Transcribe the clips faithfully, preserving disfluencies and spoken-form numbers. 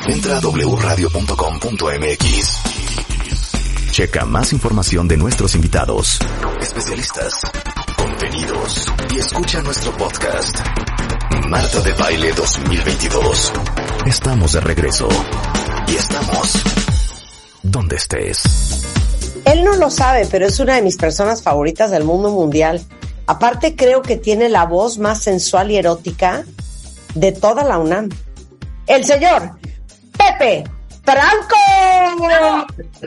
Entra a doble u radio punto com punto m x. Checa más información de nuestros invitados, especialistas, contenidos y escucha nuestro podcast. Marta de Baile dos mil veintidós. Estamos de regreso y estamos donde estés. Él no lo sabe, pero es una de mis personas favoritas del mundo mundial. Aparte, creo que tiene la voz más sensual y erótica de toda la UNAM. El señor Pepe Franco.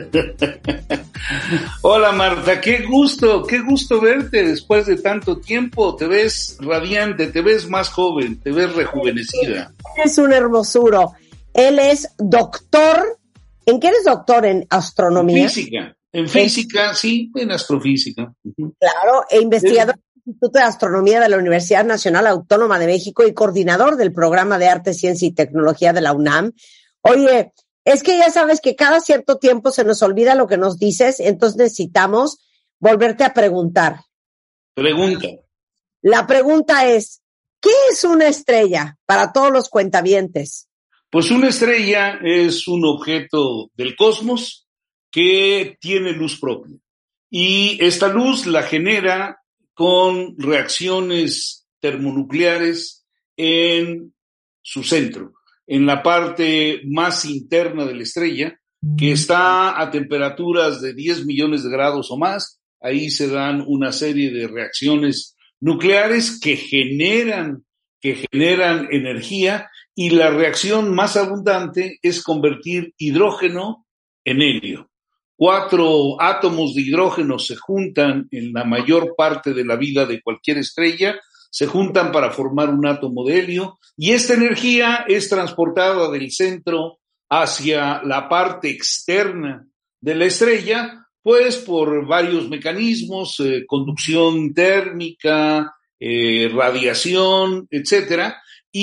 Hola Marta, qué gusto, qué gusto verte después de tanto tiempo. Te ves radiante, te ves más joven, te ves rejuvenecida. Es un hermosuro. Él es doctor. ¿En qué eres doctor? ¿En astronomía? En física, en física, ¿En? sí, en astrofísica. Uh-huh. Claro, e investigador del Instituto de Astronomía de la Universidad Nacional Autónoma de México y coordinador del programa de Arte, Ciencia y Tecnología de la UNAM. Oye, es que ya sabes que cada cierto tiempo se nos olvida lo que nos dices, entonces necesitamos volverte a preguntar. Pregunta. La pregunta es, ¿qué es una estrella para todos los cuentavientes? Pues una estrella es un objeto del cosmos que tiene luz propia. Y esta luz la genera con reacciones termonucleares en su centro, en la parte más interna de la estrella, que está a temperaturas de diez millones de grados o más. Ahí se dan una serie de reacciones nucleares que generan, que generan energía, y la reacción más abundante es convertir hidrógeno en helio. Cuatro átomos de hidrógeno se juntan en la mayor parte de la vida de cualquier estrella, se juntan para formar un átomo de helio, y esta energía es transportada del centro hacia la parte externa de la estrella, pues por varios mecanismos, eh, conducción térmica, eh, radiación, etcétera,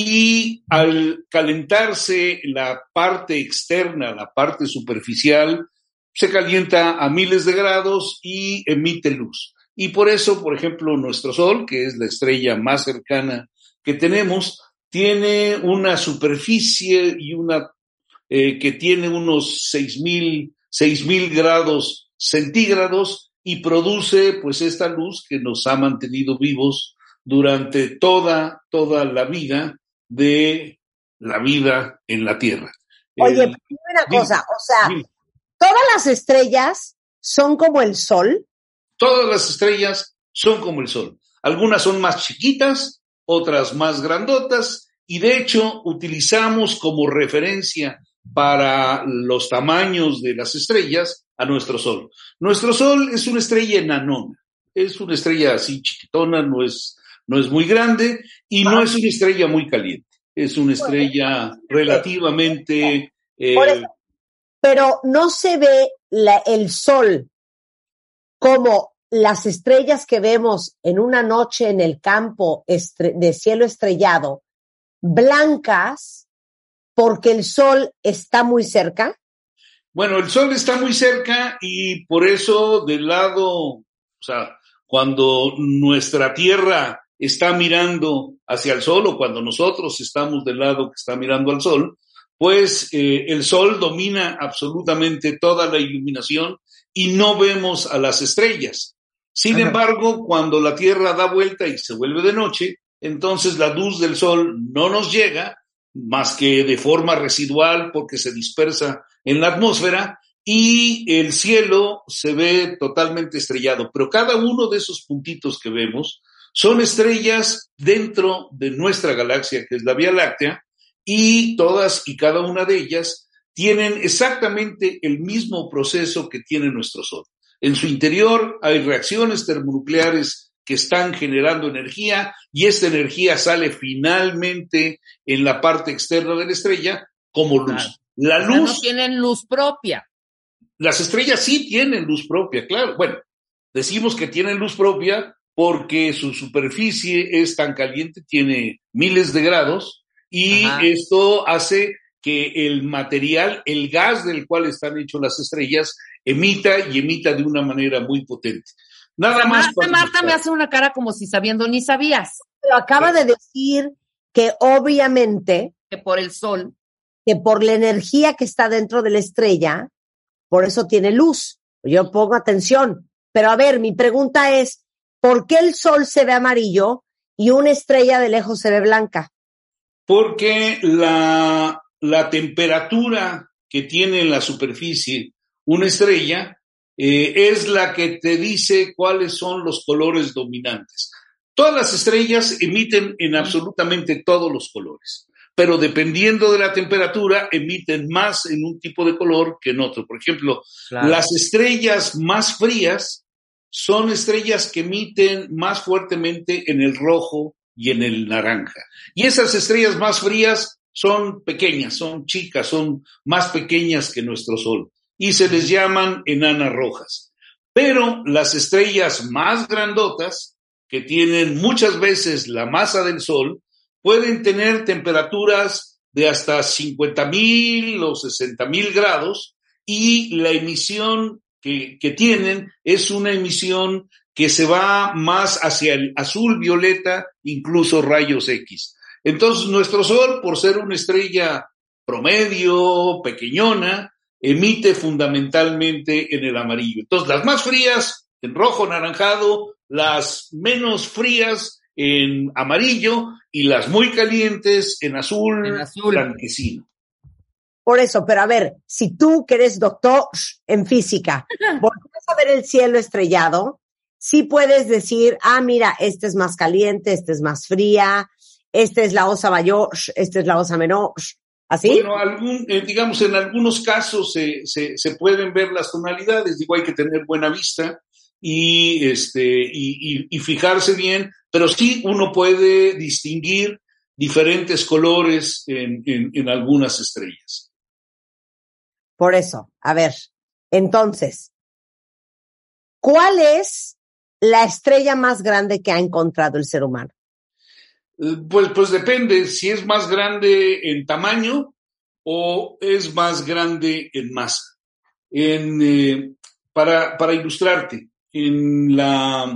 y al calentarse la parte externa, la parte superficial, se calienta a miles de grados y emite luz. Y por eso, por ejemplo, nuestro Sol, que es la estrella más cercana que tenemos, tiene una superficie y una eh, que tiene unos seis mil grados centígrados y produce pues esta luz que nos ha mantenido vivos durante toda, toda la vida de la vida en la Tierra. Oye, eh, una cosa, o sea, sí. ¿Todas las estrellas son como el Sol? Todas las estrellas son como el Sol. Algunas son más chiquitas, otras más grandotas, y de hecho utilizamos como referencia para los tamaños de las estrellas a nuestro Sol. Nuestro Sol es una estrella enanona, es una estrella así chiquitona, no es, no es muy grande y no es una estrella muy caliente. Es una estrella relativamente... Eh, Por eso, pero no se ve la, el Sol como las estrellas que vemos en una noche en el campo estre- de cielo estrellado, blancas, porque el Sol está muy cerca. Bueno, el Sol está muy cerca y por eso del lado, o sea, cuando nuestra Tierra está mirando hacia el Sol o cuando nosotros estamos del lado que está mirando al Sol, pues eh, el Sol domina absolutamente toda la iluminación y no vemos a las estrellas. Sin Ajá. embargo, cuando la Tierra da vuelta y se vuelve de noche, entonces la luz del Sol no nos llega más que de forma residual porque se dispersa en la atmósfera y el cielo se ve totalmente estrellado. Pero cada uno de esos puntitos que vemos son estrellas dentro de nuestra galaxia, que es la Vía Láctea, y todas y cada una de ellas tienen exactamente el mismo proceso que tiene nuestro Sol. En su interior hay reacciones termonucleares que están generando energía y esta energía sale finalmente en la parte externa de la estrella como luz. Claro. La o sea, luz... no tienen luz propia. Las estrellas sí tienen luz propia, claro. Bueno, decimos que tienen luz propia porque su superficie es tan caliente, tiene miles de grados, y Ajá. esto hace que el material, el gas del cual están hechas las estrellas, emita y emita de una manera muy potente. Nada Marta, más. Marta, Marta me hace una cara como si sabiendo ni sabías. Pero acaba de decir que obviamente que por el Sol que por la energía que está dentro de la estrella, por eso tiene luz. Yo pongo atención. Pero a ver, mi pregunta es, ¿por qué el sol se ve amarillo y una estrella de lejos se ve blanca? Porque la, la temperatura que tiene en la superficie una estrella eh, es la que te dice cuáles son los colores dominantes. Todas las estrellas emiten en absolutamente todos los colores, pero dependiendo de la temperatura emiten más en un tipo de color que en otro. Por ejemplo, claro, las estrellas más frías son estrellas que emiten más fuertemente en el rojo y en el naranja. Y esas estrellas más frías son pequeñas, son chicas, son más pequeñas que nuestro Sol y se les llaman enanas rojas. Pero las estrellas más grandotas, que tienen muchas veces la masa del Sol, pueden tener temperaturas de hasta cincuenta mil o sesenta mil grados y la emisión que, que tienen es una emisión que se va más hacia el azul, violeta, incluso rayos X. Entonces, nuestro Sol, por ser una estrella promedio, pequeñona, emite fundamentalmente en el amarillo. Entonces, las más frías en rojo, naranjado, las menos frías en amarillo y las muy calientes en azul, en azul. Blanquecino. Por eso, pero a ver, si tú que eres doctor en física, volvés a ver el cielo estrellado, sí puedes decir, ah, mira, este es más caliente, este es más fría, esta es la osa mayor, esta es la osa menor, ¿así? Bueno, algún, eh, digamos, en algunos casos se, se, se pueden ver las tonalidades, digo, hay que tener buena vista y, este, y, y, y fijarse bien, pero sí uno puede distinguir diferentes colores en, en, en algunas estrellas. Por eso, a ver, entonces, ¿cuál es la estrella más grande que ha encontrado el ser humano? Pues, pues depende si es más grande en tamaño o es más grande en masa. En, eh, para, para ilustrarte, en, la,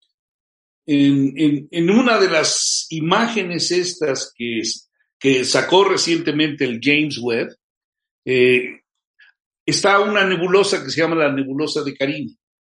en, en, en una de las imágenes estas que, que sacó recientemente el James Webb, eh, está una nebulosa que se llama la nebulosa de Carina.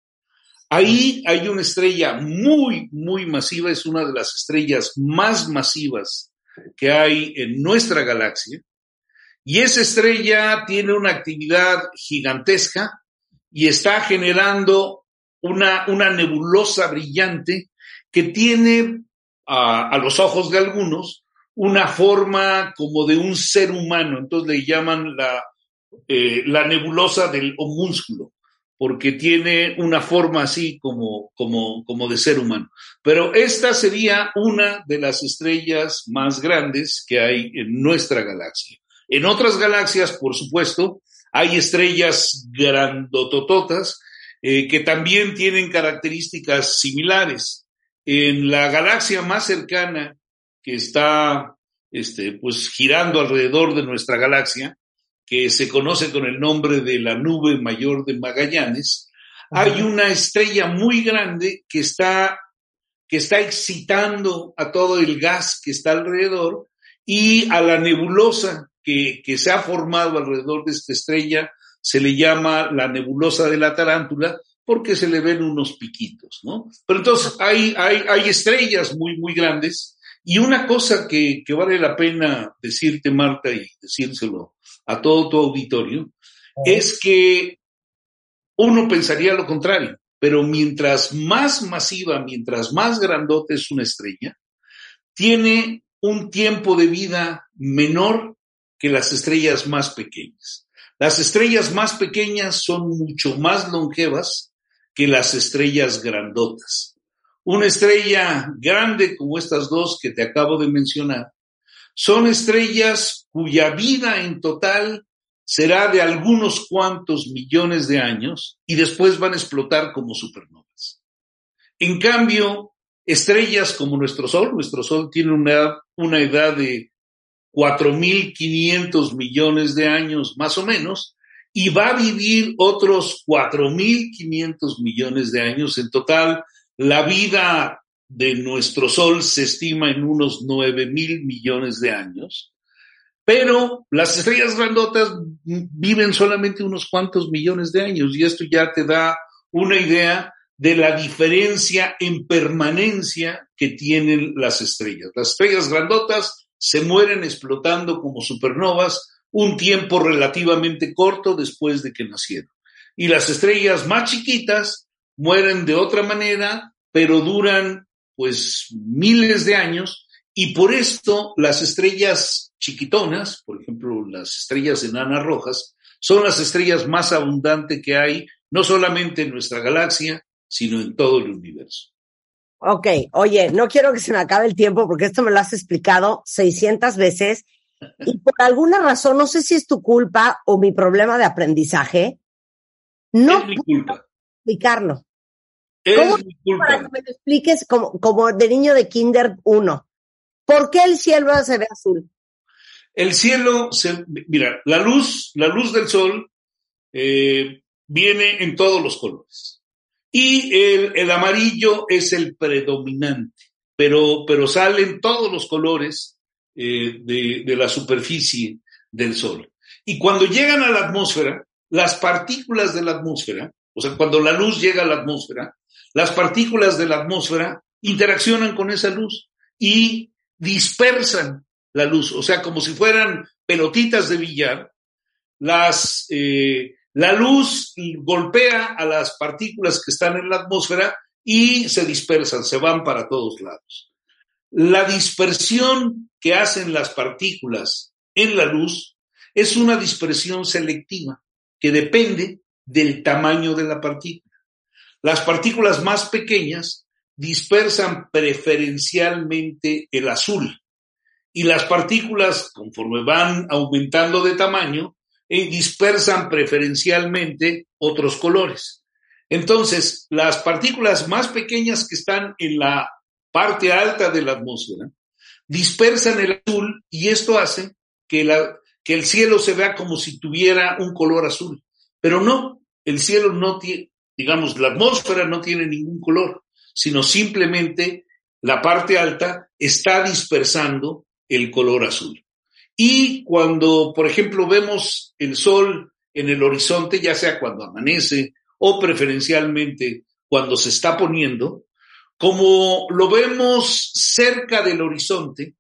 Ahí hay una estrella muy, muy masiva, es una de las estrellas más masivas que hay en nuestra galaxia, y esa estrella tiene una actividad gigantesca y está generando una, una nebulosa brillante que tiene, a, a los ojos de algunos, una forma como de un ser humano, entonces le llaman la, eh, la nebulosa del homúnculo, porque tiene una forma así como, como, como de ser humano. Pero esta sería una de las estrellas más grandes que hay en nuestra galaxia. En otras galaxias, por supuesto, hay estrellas grandotototas eh, que también tienen características similares. En la galaxia más cercana, que está este, pues, girando alrededor de nuestra galaxia, que se conoce con el nombre de la nube mayor de Magallanes, uh-huh. Hay una estrella muy grande que está, que está excitando a todo el gas que está alrededor y a la nebulosa que, que se ha formado alrededor de esta estrella se le llama la nebulosa de la tarántula porque se le ven unos piquitos, ¿no? Pero entonces hay, hay, hay estrellas muy, muy grandes y una cosa que, que vale la pena decirte, Marta, y decírselo a todo tu auditorio, es que uno pensaría lo contrario, pero mientras más masiva, mientras más grandote es una estrella, tiene un tiempo de vida menor que las estrellas más pequeñas. Las estrellas más pequeñas son mucho más longevas que las estrellas grandotas. Una estrella grande como estas dos que te acabo de mencionar, son estrellas cuya vida en total será de algunos cuantos millones de años y después van a explotar como supernovas. En cambio, estrellas como nuestro Sol, nuestro Sol tiene una edad, una edad de cuatro mil quinientos millones de años más o menos y va a vivir otros cuatro mil quinientos millones de años. En total, la vida de nuestro Sol se estima en unos nueve mil millones de años. Pero las estrellas grandotas viven solamente unos cuantos millones de años, y esto ya te da una idea de la diferencia en permanencia que tienen las estrellas. Las estrellas grandotas se mueren explotando como supernovas un tiempo relativamente corto después de que nacieron. Y las estrellas más chiquitas mueren de otra manera, pero duran pues miles de años, y por esto las estrellas chiquitonas, por ejemplo las estrellas enanas rojas, son las estrellas más abundantes que hay, no solamente en nuestra galaxia, sino en todo el universo. Ok, oye, no quiero que se me acabe el tiempo porque esto me lo has explicado seiscientas veces y por alguna razón, no sé si es tu culpa o mi problema de aprendizaje, no es mi culpa. puedo explicarlo. Es ¿Cómo mi culpa. para que me lo expliques como, como de niño de kinder uno? ¿Por qué el cielo se ve azul? El cielo, se, mira, la luz, la luz del sol eh, viene en todos los colores. Y el, el amarillo es el predominante, pero, pero salen todos los colores eh, de, de la superficie del sol. Y cuando llegan a la atmósfera, las partículas de la atmósfera, o sea, cuando la luz llega a la atmósfera, las partículas de la atmósfera interaccionan con esa luz y dispersan la luz, o sea, como si fueran pelotitas de billar, las... Eh, La luz golpea a las partículas que están en la atmósfera y se dispersan, se van para todos lados. La dispersión que hacen las partículas en la luz es una dispersión selectiva que depende del tamaño de la partícula. Las partículas más pequeñas dispersan preferencialmente el azul y las partículas, conforme van aumentando de tamaño, y dispersan preferencialmente otros colores. Entonces, las partículas más pequeñas que están en la parte alta de la atmósfera dispersan el azul y esto hace que, la, que el cielo se vea como si tuviera un color azul. Pero no, el cielo no tiene, digamos, la atmósfera no tiene ningún color, sino simplemente la parte alta está dispersando el color azul. Y cuando, por ejemplo, vemos el sol en el horizonte, ya sea cuando amanece o preferencialmente cuando se está poniendo, como lo vemos cerca del horizonte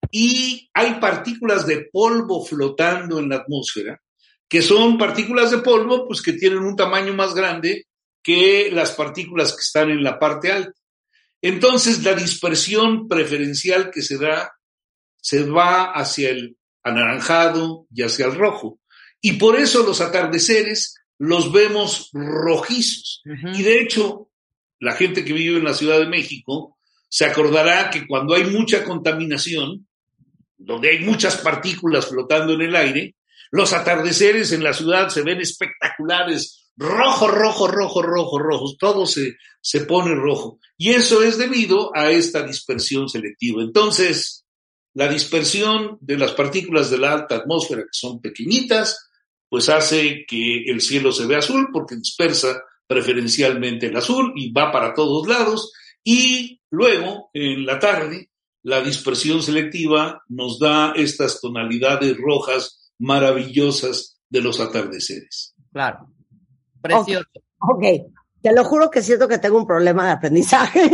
y hay partículas de polvo flotando en la atmósfera, que son partículas de polvo pues que tienen un tamaño más grande que las partículas que están en la parte alta. Entonces, la dispersión preferencial que se da se va hacia el anaranjado y hacia el rojo. Y por eso los atardeceres los vemos rojizos. Uh-huh. Y de hecho, la gente que vive en la Ciudad de México se acordará que cuando hay mucha contaminación, donde hay muchas partículas flotando en el aire, los atardeceres en la ciudad se ven espectaculares, rojo, rojo, rojo, rojo, rojos, todo se, se pone rojo. Y eso es debido a esta dispersión selectiva. Entonces, la dispersión de las partículas de la alta atmósfera, que son pequeñitas, pues hace que el cielo se vea azul porque dispersa preferencialmente el azul y va para todos lados. Y luego, en la tarde, la dispersión selectiva nos da estas tonalidades rojas maravillosas de los atardeceres. Claro. Precioso. Ok, okay. Te lo juro que siento que tengo un problema de aprendizaje.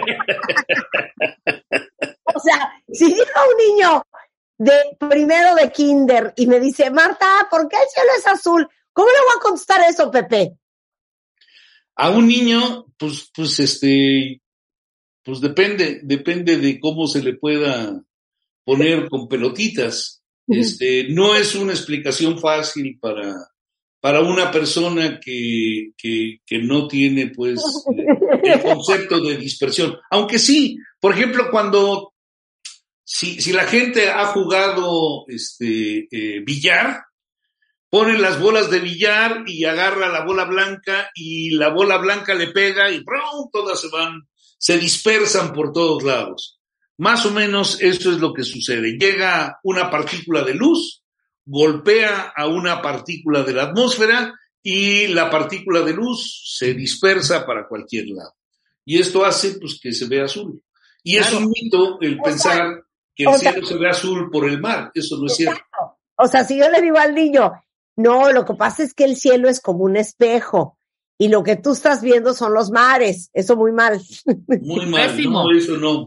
O sea, si llega un niño de primero de kinder y me dice, Marta, ¿por qué el cielo es azul? ¿Cómo le voy a contestar eso, Pepe? A un niño, pues, pues, este, pues depende, depende de cómo se le pueda poner con pelotitas. Este, no es una explicación fácil para, para una persona que, que, que no tiene, pues, el concepto de dispersión. Aunque sí, por ejemplo, cuando Si, si la gente ha jugado este eh, billar, pone las bolas de billar y agarra la bola blanca y la bola blanca le pega y ¡prum! Todas se van, se dispersan por todos lados. Más o menos eso es lo que sucede. Llega una partícula de luz, golpea a una partícula de la atmósfera y la partícula de luz se dispersa para cualquier lado. Y esto hace pues que se vea azul. Y claro. Es un mito el pensar que el o sea, cielo se ve azul por el mar. Eso no es cierto. Exacto. O sea, si yo le digo al niño, no, lo que pasa es que el cielo es como un espejo y lo que tú estás viendo son los mares. Eso muy mal. Muy mal. Pésimo. No, eso no.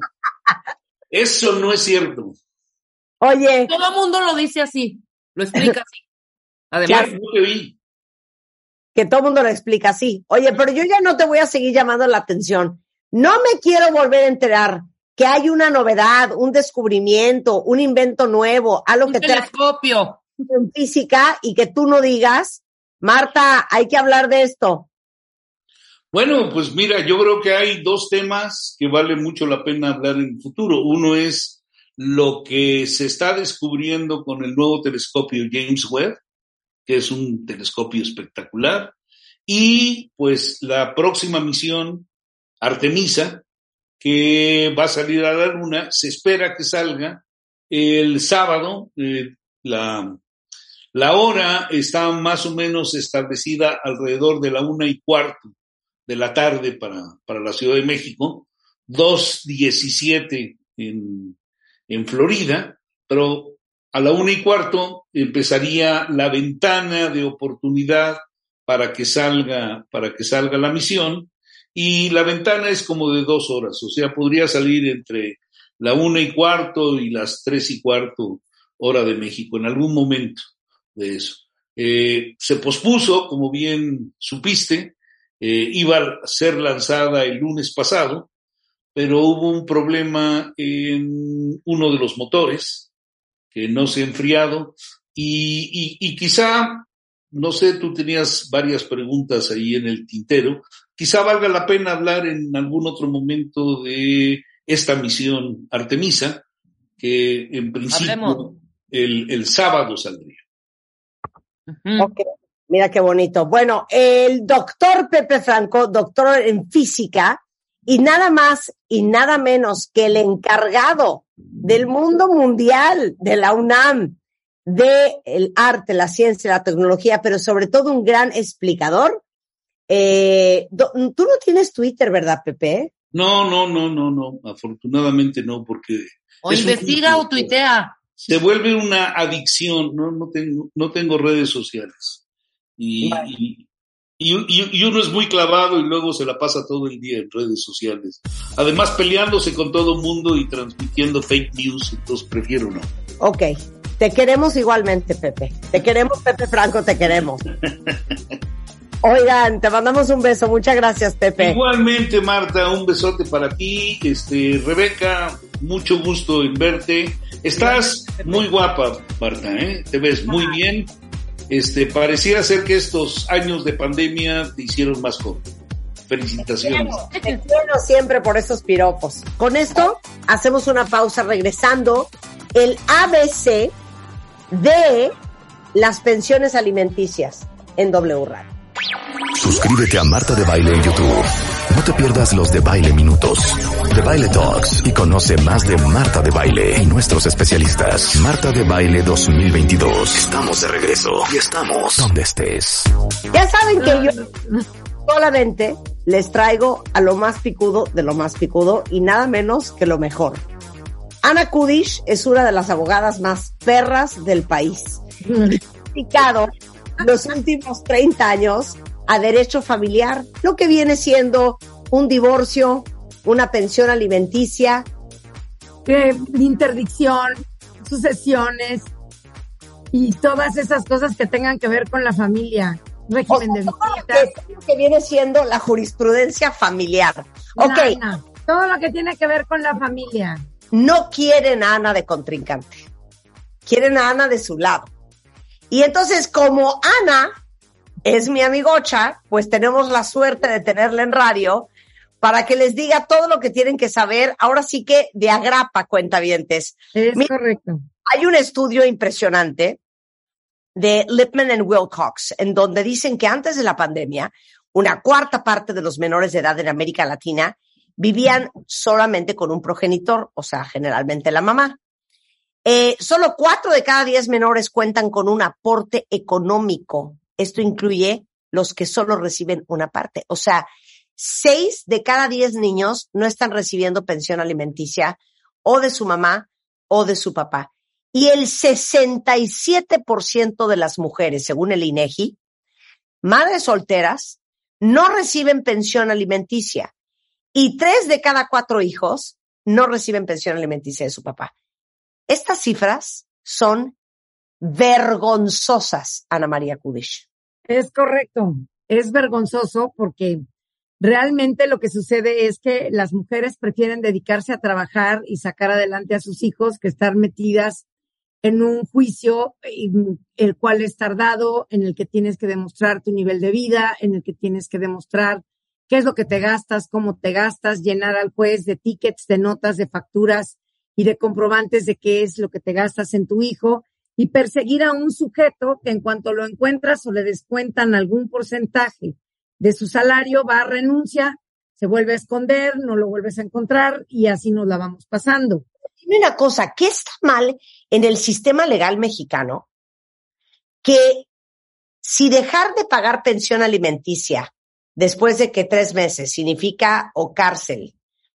Eso no es cierto. Oye, Todo el mundo lo dice así, lo explica así. Además, Claro, no te vi. que todo el mundo lo explica así. Oye, pero yo ya no te voy a seguir llamando la atención. No me quiero volver a enterar que hay una novedad, un descubrimiento, un invento nuevo, algo un que te telescopio. en física y que tú no digas, Marta, hay que hablar de esto. Bueno, pues mira, yo creo que hay dos temas que vale mucho la pena hablar en el futuro. Uno es lo que se está descubriendo con el nuevo telescopio James Webb, que es un telescopio espectacular, y pues la próxima misión, Artemisa, que va a salir a la Luna, se espera que salga el sábado. Eh, la, la hora está más o menos establecida alrededor de la una y cuarto de la tarde para, para la Ciudad de México, dos diecisiete en, en Florida, pero a la una y cuarto empezaría la ventana de oportunidad para que salga, para que salga la misión, y la ventana es como de dos horas, o sea, podría salir entre la una y cuarto y las tres y cuarto hora de México, en algún momento de eso. Eh, se pospuso, como bien supiste, eh, iba a ser lanzada el lunes pasado, pero hubo un problema en uno de los motores que no se ha enfriado y, y, y quizá, no sé, tú tenías varias preguntas ahí en el tintero, quizá valga la pena hablar en algún otro momento de esta misión Artemisa, que en principio el, el sábado saldría. Uh-huh. Ok, mira qué bonito. Bueno, el doctor Pepe Franco, doctor en física, y nada más y nada menos que el encargado del mundo mundial de la UNAM, de el arte, la ciencia, la tecnología, pero sobre todo un gran explicador. Eh, do, tú no tienes Twitter, ¿verdad, Pepe? No, no, no, no, no, afortunadamente no, porque... O investiga o tuitea. Se vuelve una adicción, no, no tengo, no tengo redes sociales. Y, Vale. y, y, y uno es muy clavado y luego se la pasa todo el día en redes sociales. Además peleándose con todo el mundo y transmitiendo fake news, entonces prefiero no. Ok, te queremos igualmente, Pepe. Te queremos, Pepe Franco, te queremos. Oigan, te mandamos un beso. Muchas gracias, Pepe. Igualmente, Marta, un besote para ti. Este, Rebeca, mucho gusto en verte. Estás muy guapa, Marta, ¿eh? Te ves muy bien. Este, pareciera ser que estos años de pandemia te hicieron más joven. Felicitaciones. Te quiero, te quiero siempre por esos piropos. Con esto, hacemos una pausa regresando. El A B C de las pensiones alimenticias en W Radio. Suscríbete a Marta de Baile en YouTube. No te pierdas los de Baile Minutos, de Baile Talks y conoce más de Marta de Baile y nuestros especialistas. Marta de Baile dos mil veintidós. Estamos de regreso y estamos donde estés. Ya saben que yo solamente les traigo a lo más picudo de lo más picudo y nada menos que lo mejor. Ana Kudish es una de las abogadas más perras del país. Dedicado los últimos treinta años a derecho familiar, lo que viene siendo un divorcio, una pensión alimenticia, eh, interdicción, sucesiones y todas esas cosas que tengan que ver con la familia, régimen de todo lo visitas. que, lo que viene siendo la jurisprudencia familiar. Ok, Nana, todo lo que tiene que ver con la familia. no quieren a Ana de contrincante, quieren a Ana de su lado. Y entonces, como Ana es mi amigocha, pues tenemos la suerte de tenerla en radio para que les diga todo lo que tienen que saber, ahora sí que de agrapa, cuentavientes. Es Mira, correcto. hay un estudio impresionante de Lipman and Wilcox, en donde dicen que antes de la pandemia, una cuarta parte de los menores de edad en América Latina vivían solamente con un progenitor, o sea, generalmente la mamá. Eh, solo cuatro de cada diez menores cuentan con un aporte económico. Esto incluye los que solo reciben una parte. O sea, seis de cada diez niños no están recibiendo pensión alimenticia o de su mamá o de su papá. Y el sesenta y siete por ciento de las mujeres, según el INEGI, madres solteras, no reciben pensión alimenticia. Y tres de cada cuatro hijos no reciben pensión alimenticia de su papá. Estas cifras son vergonzosas, Ana María Kudish. Es correcto. Es vergonzoso porque realmente lo que sucede es que las mujeres prefieren dedicarse a trabajar y sacar adelante a sus hijos que estar metidas en un juicio el cual es tardado, en el que tienes que demostrar tu nivel de vida, en el que tienes que demostrar qué es lo que te gastas, cómo te gastas, llenar al juez de tickets, de notas, de facturas y de comprobantes de qué es lo que te gastas en tu hijo y perseguir a un sujeto que en cuanto lo encuentras o le descuentan algún porcentaje de su salario, va a renuncia, se vuelve a esconder, no lo vuelves a encontrar y así nos la vamos pasando. Dime una cosa, ¿qué está mal en el sistema legal mexicano? Que si dejar de pagar pensión alimenticia después de que tres meses significa o cárcel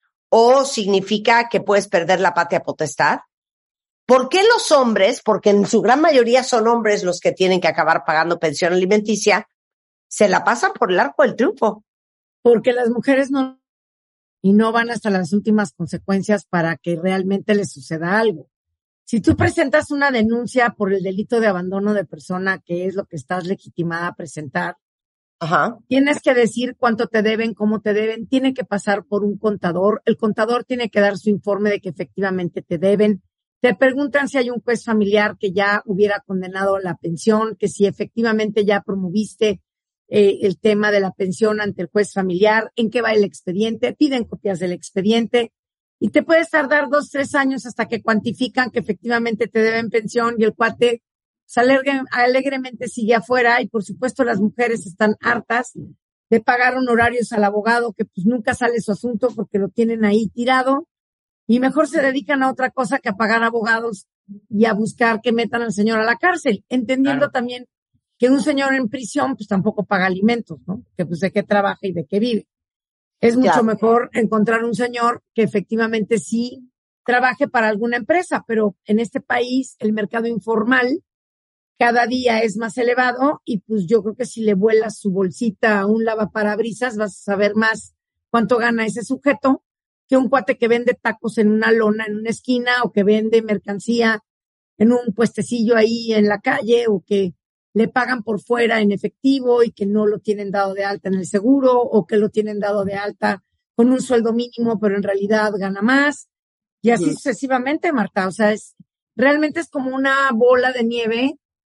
o significa que puedes perder la patria potestad, ¿por qué los hombres, porque en su gran mayoría son hombres los que tienen que acabar pagando pensión alimenticia, se la pasan por el arco del triunfo? Porque las mujeres no, y no van hasta las últimas consecuencias para que realmente les suceda algo. Si tú presentas una denuncia por el delito de abandono de persona, que es lo que estás legitimada a presentar, Ajá. tienes que decir cuánto te deben, cómo te deben, tiene que pasar por un contador, el contador tiene que dar su informe de que efectivamente te deben, te preguntan si hay un juez familiar que ya hubiera condenado la pensión, que si efectivamente ya promoviste eh, el tema de la pensión ante el juez familiar, en qué va el expediente, piden copias del expediente y te puedes tardar dos, tres años hasta que cuantifican que efectivamente te deben pensión y el cuate pues, alegre, alegremente sigue afuera y por supuesto las mujeres están hartas de pagar honorarios al abogado que pues nunca sale su asunto porque lo tienen ahí tirado y mejor se dedican a otra cosa que a pagar abogados y a buscar que metan al señor a la cárcel, entendiendo claro. También que un señor en prisión pues tampoco paga alimentos, ¿no? Que pues de qué trabaja y de qué vive. Es mucho ya. Mejor encontrar un señor que efectivamente sí trabaje para alguna empresa, pero en este país el mercado informal cada día es más elevado y pues yo creo que si le vuelas su bolsita a un lavaparabrisas vas a saber más cuánto gana ese sujeto que un cuate que vende tacos en una lona en una esquina o que vende mercancía en un puestecillo ahí en la calle o que le pagan por fuera en efectivo y que no lo tienen dado de alta en el seguro o que lo tienen dado de alta con un sueldo mínimo pero en realidad gana más y así sí. Sucesivamente, Marta. O sea, es realmente es como una bola de nieve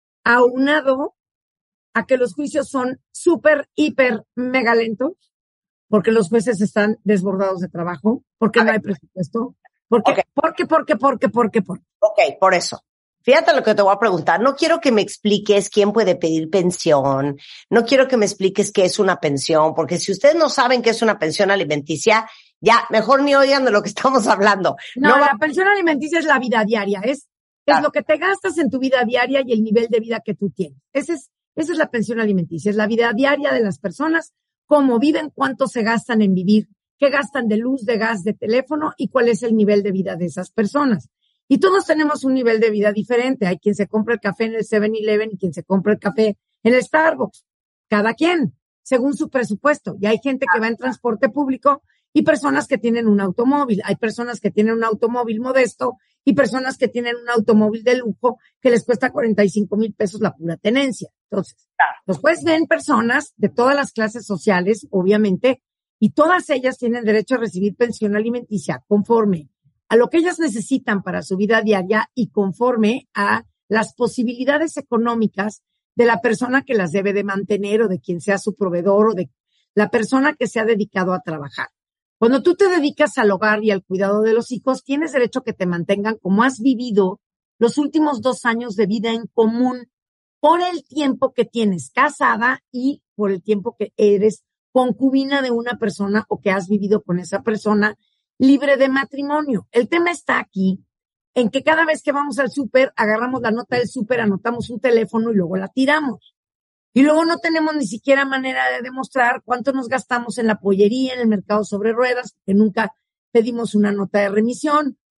aunado a que los juicios son súper, hiper, mega lentos porque los jueces están desbordados de trabajo, porque no hay presupuesto, porque, okay. porque, porque, porque, porque, porque. Ok, por eso. Fíjate lo que te voy a preguntar. No quiero que me expliques quién puede pedir pensión. No quiero que me expliques qué es una pensión, porque si ustedes no saben qué es una pensión alimenticia, ya, mejor ni oigan de lo que estamos hablando. No, no la va... pensión alimenticia es la vida diaria, es, claro. Es lo que te gastas en tu vida diaria y el nivel de vida que tú tienes. Ese es, esa es la pensión alimenticia, es la vida diaria de las personas, cómo viven, cuánto se gastan en vivir, qué gastan de luz, de gas, de teléfono y cuál es el nivel de vida de esas personas. Y todos tenemos un nivel de vida diferente. Hay quien se compra el café en el seven eleven y quien se compra el café en el Starbucks. Cada quien, según su presupuesto. Y hay gente que va en transporte público y personas que tienen un automóvil. Hay personas que tienen un automóvil modesto y personas que tienen un automóvil de lujo que les cuesta cuarenta y cinco mil pesos la pura tenencia. Entonces, después ven personas de todas las clases sociales, obviamente, y todas ellas tienen derecho a recibir pensión alimenticia conforme a lo que ellas necesitan para su vida diaria y conforme a las posibilidades económicas de la persona que las debe de mantener o de quien sea su proveedor o de la persona que se ha dedicado a trabajar. Cuando tú te dedicas al hogar y al cuidado de los hijos, tienes derecho a que te mantengan como has vivido los últimos dos años de vida en común por el tiempo que tienes casada y por el tiempo que eres concubina de una persona o que has vivido con esa persona libre de matrimonio. El tema está aquí en que cada vez que vamos al súper, agarramos la nota del súper, anotamos un teléfono y luego la tiramos. Y luego no tenemos ni siquiera manera de demostrar cuánto nos gastamos en la pollería, en el mercado sobre ruedas, porque nunca pedimos una nota de remisión.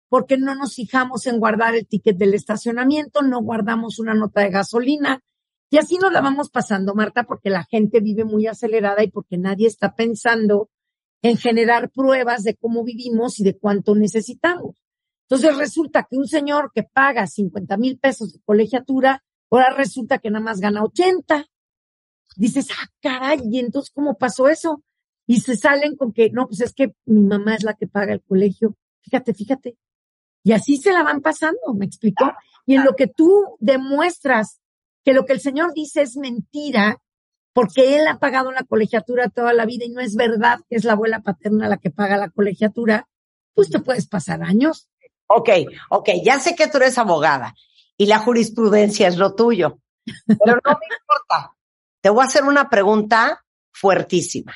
porque no nos fijamos en guardar el ticket del estacionamiento, no guardamos una nota de gasolina. Y así nos la vamos pasando, Marta, porque la gente vive muy acelerada y porque nadie está pensando en generar pruebas de cómo vivimos y de cuánto necesitamos. Entonces resulta que un señor que paga cincuenta mil pesos de colegiatura, ahora resulta que nada más gana ochenta. Dices, ah, caray, ¿y entonces cómo pasó eso? Y se salen con que, no, pues es que mi mamá es la que paga el colegio. Fíjate, fíjate. Y así se la van pasando, ¿me explicó? Y en lo que tú demuestras que lo que el señor dice es mentira, porque él ha pagado la colegiatura toda la vida y no es verdad que es la abuela paterna la que paga la colegiatura, pues te puedes pasar años. Ok, ok, ya sé que tú eres abogada y la jurisprudencia es lo tuyo, pero no me importa. Te voy a hacer una pregunta fuertísima.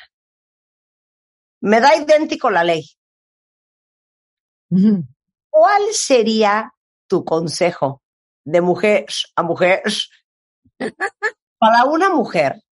Me da idéntico la ley. Uh-huh. ¿Cuál sería tu consejo de mujer a mujer para una mujer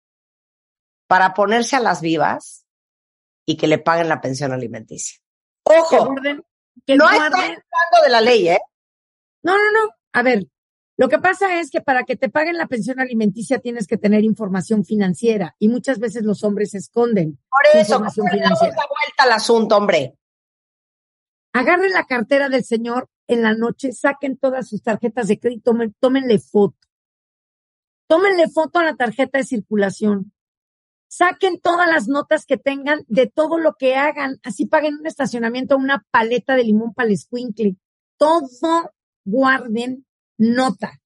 para ponerse a las vivas y que le paguen la pensión alimenticia? Ojo, que guarden, que no guarden. está hablando de la ley, ¿eh? No, no, no. A ver, lo que pasa es que para que te paguen la pensión alimenticia tienes que tener información financiera y muchas veces los hombres esconden Por eso, información ¿cómo le financiera. damos la vuelta al asunto, hombre? Agarren la cartera del señor en la noche, saquen todas sus tarjetas de crédito, tomen, tómenle foto. Tómenle foto a la tarjeta de circulación. Saquen todas las notas que tengan de todo lo que hagan. Así paguen un estacionamiento, una paleta de limón para el escuincle. Todo guarden nota.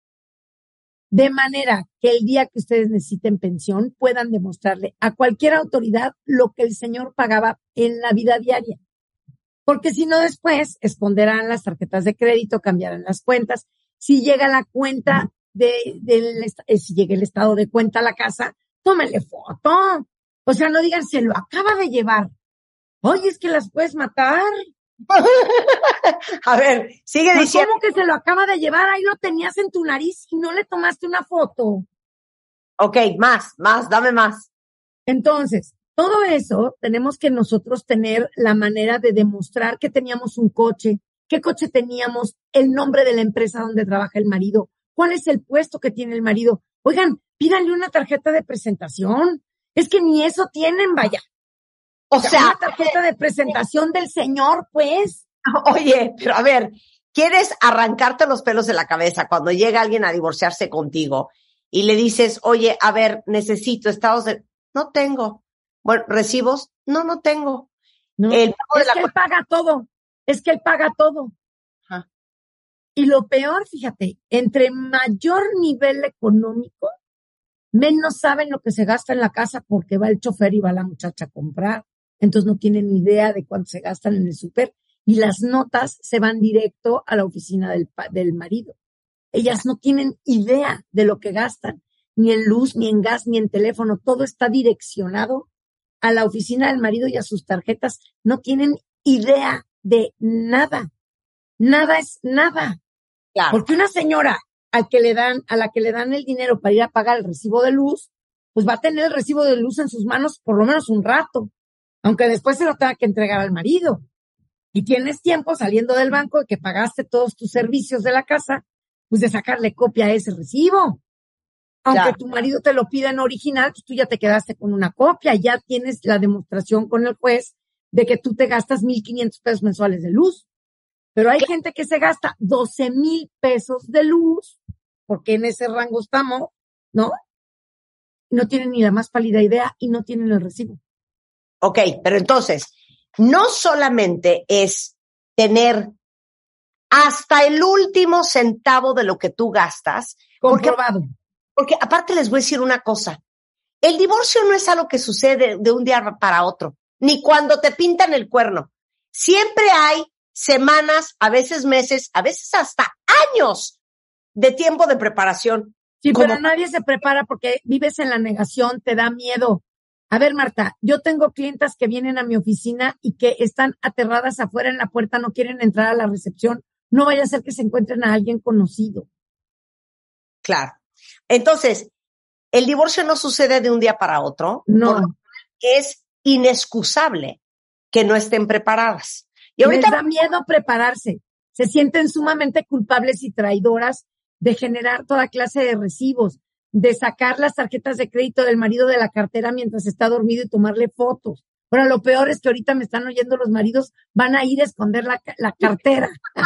De manera que el día que ustedes necesiten pensión puedan demostrarle a cualquier autoridad lo que el señor pagaba en la vida diaria. Porque si no, después esconderán las tarjetas de crédito, cambiarán las cuentas. Si llega la cuenta de, del, eh, si llega el estado de cuenta a la casa, tómenle foto. O sea, no digan, se lo acaba de llevar. Oye, es que las puedes matar. A ver, sigue ¿No? diciendo. ¿Cómo que se lo acaba de llevar? Ahí lo tenías en tu nariz y no le tomaste una foto. Ok, más, más, dame más. Entonces, todo eso tenemos que nosotros tener la manera de demostrar que teníamos un coche, qué coche teníamos, el nombre de la empresa donde trabaja el marido, cuál es el puesto que tiene el marido. Oigan, pídanle una tarjeta de presentación. Es que ni eso tienen, vaya. O sea, una tarjeta de presentación del señor, pues. Oye, pero a ver, ¿quieres arrancarte los pelos de la cabeza cuando llega alguien a divorciarse contigo y le dices, oye, a ver, necesito estados de... No tengo. Bueno, ¿recibos? No, no tengo. No, el pago de es la que él cu- paga todo. Es que él paga todo. Ajá. Y lo peor, fíjate, entre mayor nivel económico, menos saben lo que se gasta en la casa porque va el chofer y va la muchacha a comprar. Entonces no tienen ni idea de cuánto se gastan en el súper y las notas se van directo a la oficina del, del marido. Ellas no tienen idea de lo que gastan, ni en luz, ni en gas, ni en teléfono. Todo está direccionado a la oficina del marido y a sus tarjetas. No tienen idea de nada. Nada es nada. Claro. Porque una señora al que le dan, a la que le dan el dinero para ir a pagar el recibo de luz, pues va a tener el recibo de luz en sus manos por lo menos un rato, aunque después se lo tenga que entregar al marido. Y tienes tiempo saliendo del banco de que pagaste todos tus servicios de la casa, pues de sacarle copia a ese recibo. Aunque Claro. tu marido te lo pida en original, pues tú ya te quedaste con una copia, ya tienes la demostración con el juez de que tú te gastas mil quinientos pesos mensuales de luz. Pero hay gente que se gasta doce mil pesos de luz, porque en ese rango estamos, ¿no? No tienen ni la más pálida idea y no tienen el recibo. Ok, pero entonces, no solamente es tener hasta el último centavo de lo que tú gastas, porque, Comprobado. porque aparte les voy a decir una cosa, el divorcio no es algo que sucede de un día para otro, ni cuando te pintan el cuerno. Siempre hay semanas, a veces meses, a veces hasta años de tiempo de preparación. Sí, Como- pero nadie se prepara porque vives en la negación, te da miedo. A ver, Marta, yo tengo clientas que vienen a mi oficina y que están aterradas afuera en la puerta, no quieren entrar a la recepción. No vaya a ser que se encuentren a alguien conocido. Claro. Entonces, el divorcio no sucede de un día para otro. No. Por lo que es inexcusable que no estén preparadas. Y ahorita les da miedo prepararse. Se sienten sumamente culpables y traidoras de generar toda clase de recibos, de sacar las tarjetas de crédito del marido de la cartera mientras está dormido y tomarle fotos. Ahora, lo peor es que ahorita me están oyendo los maridos, van a ir a esconder la, la cartera.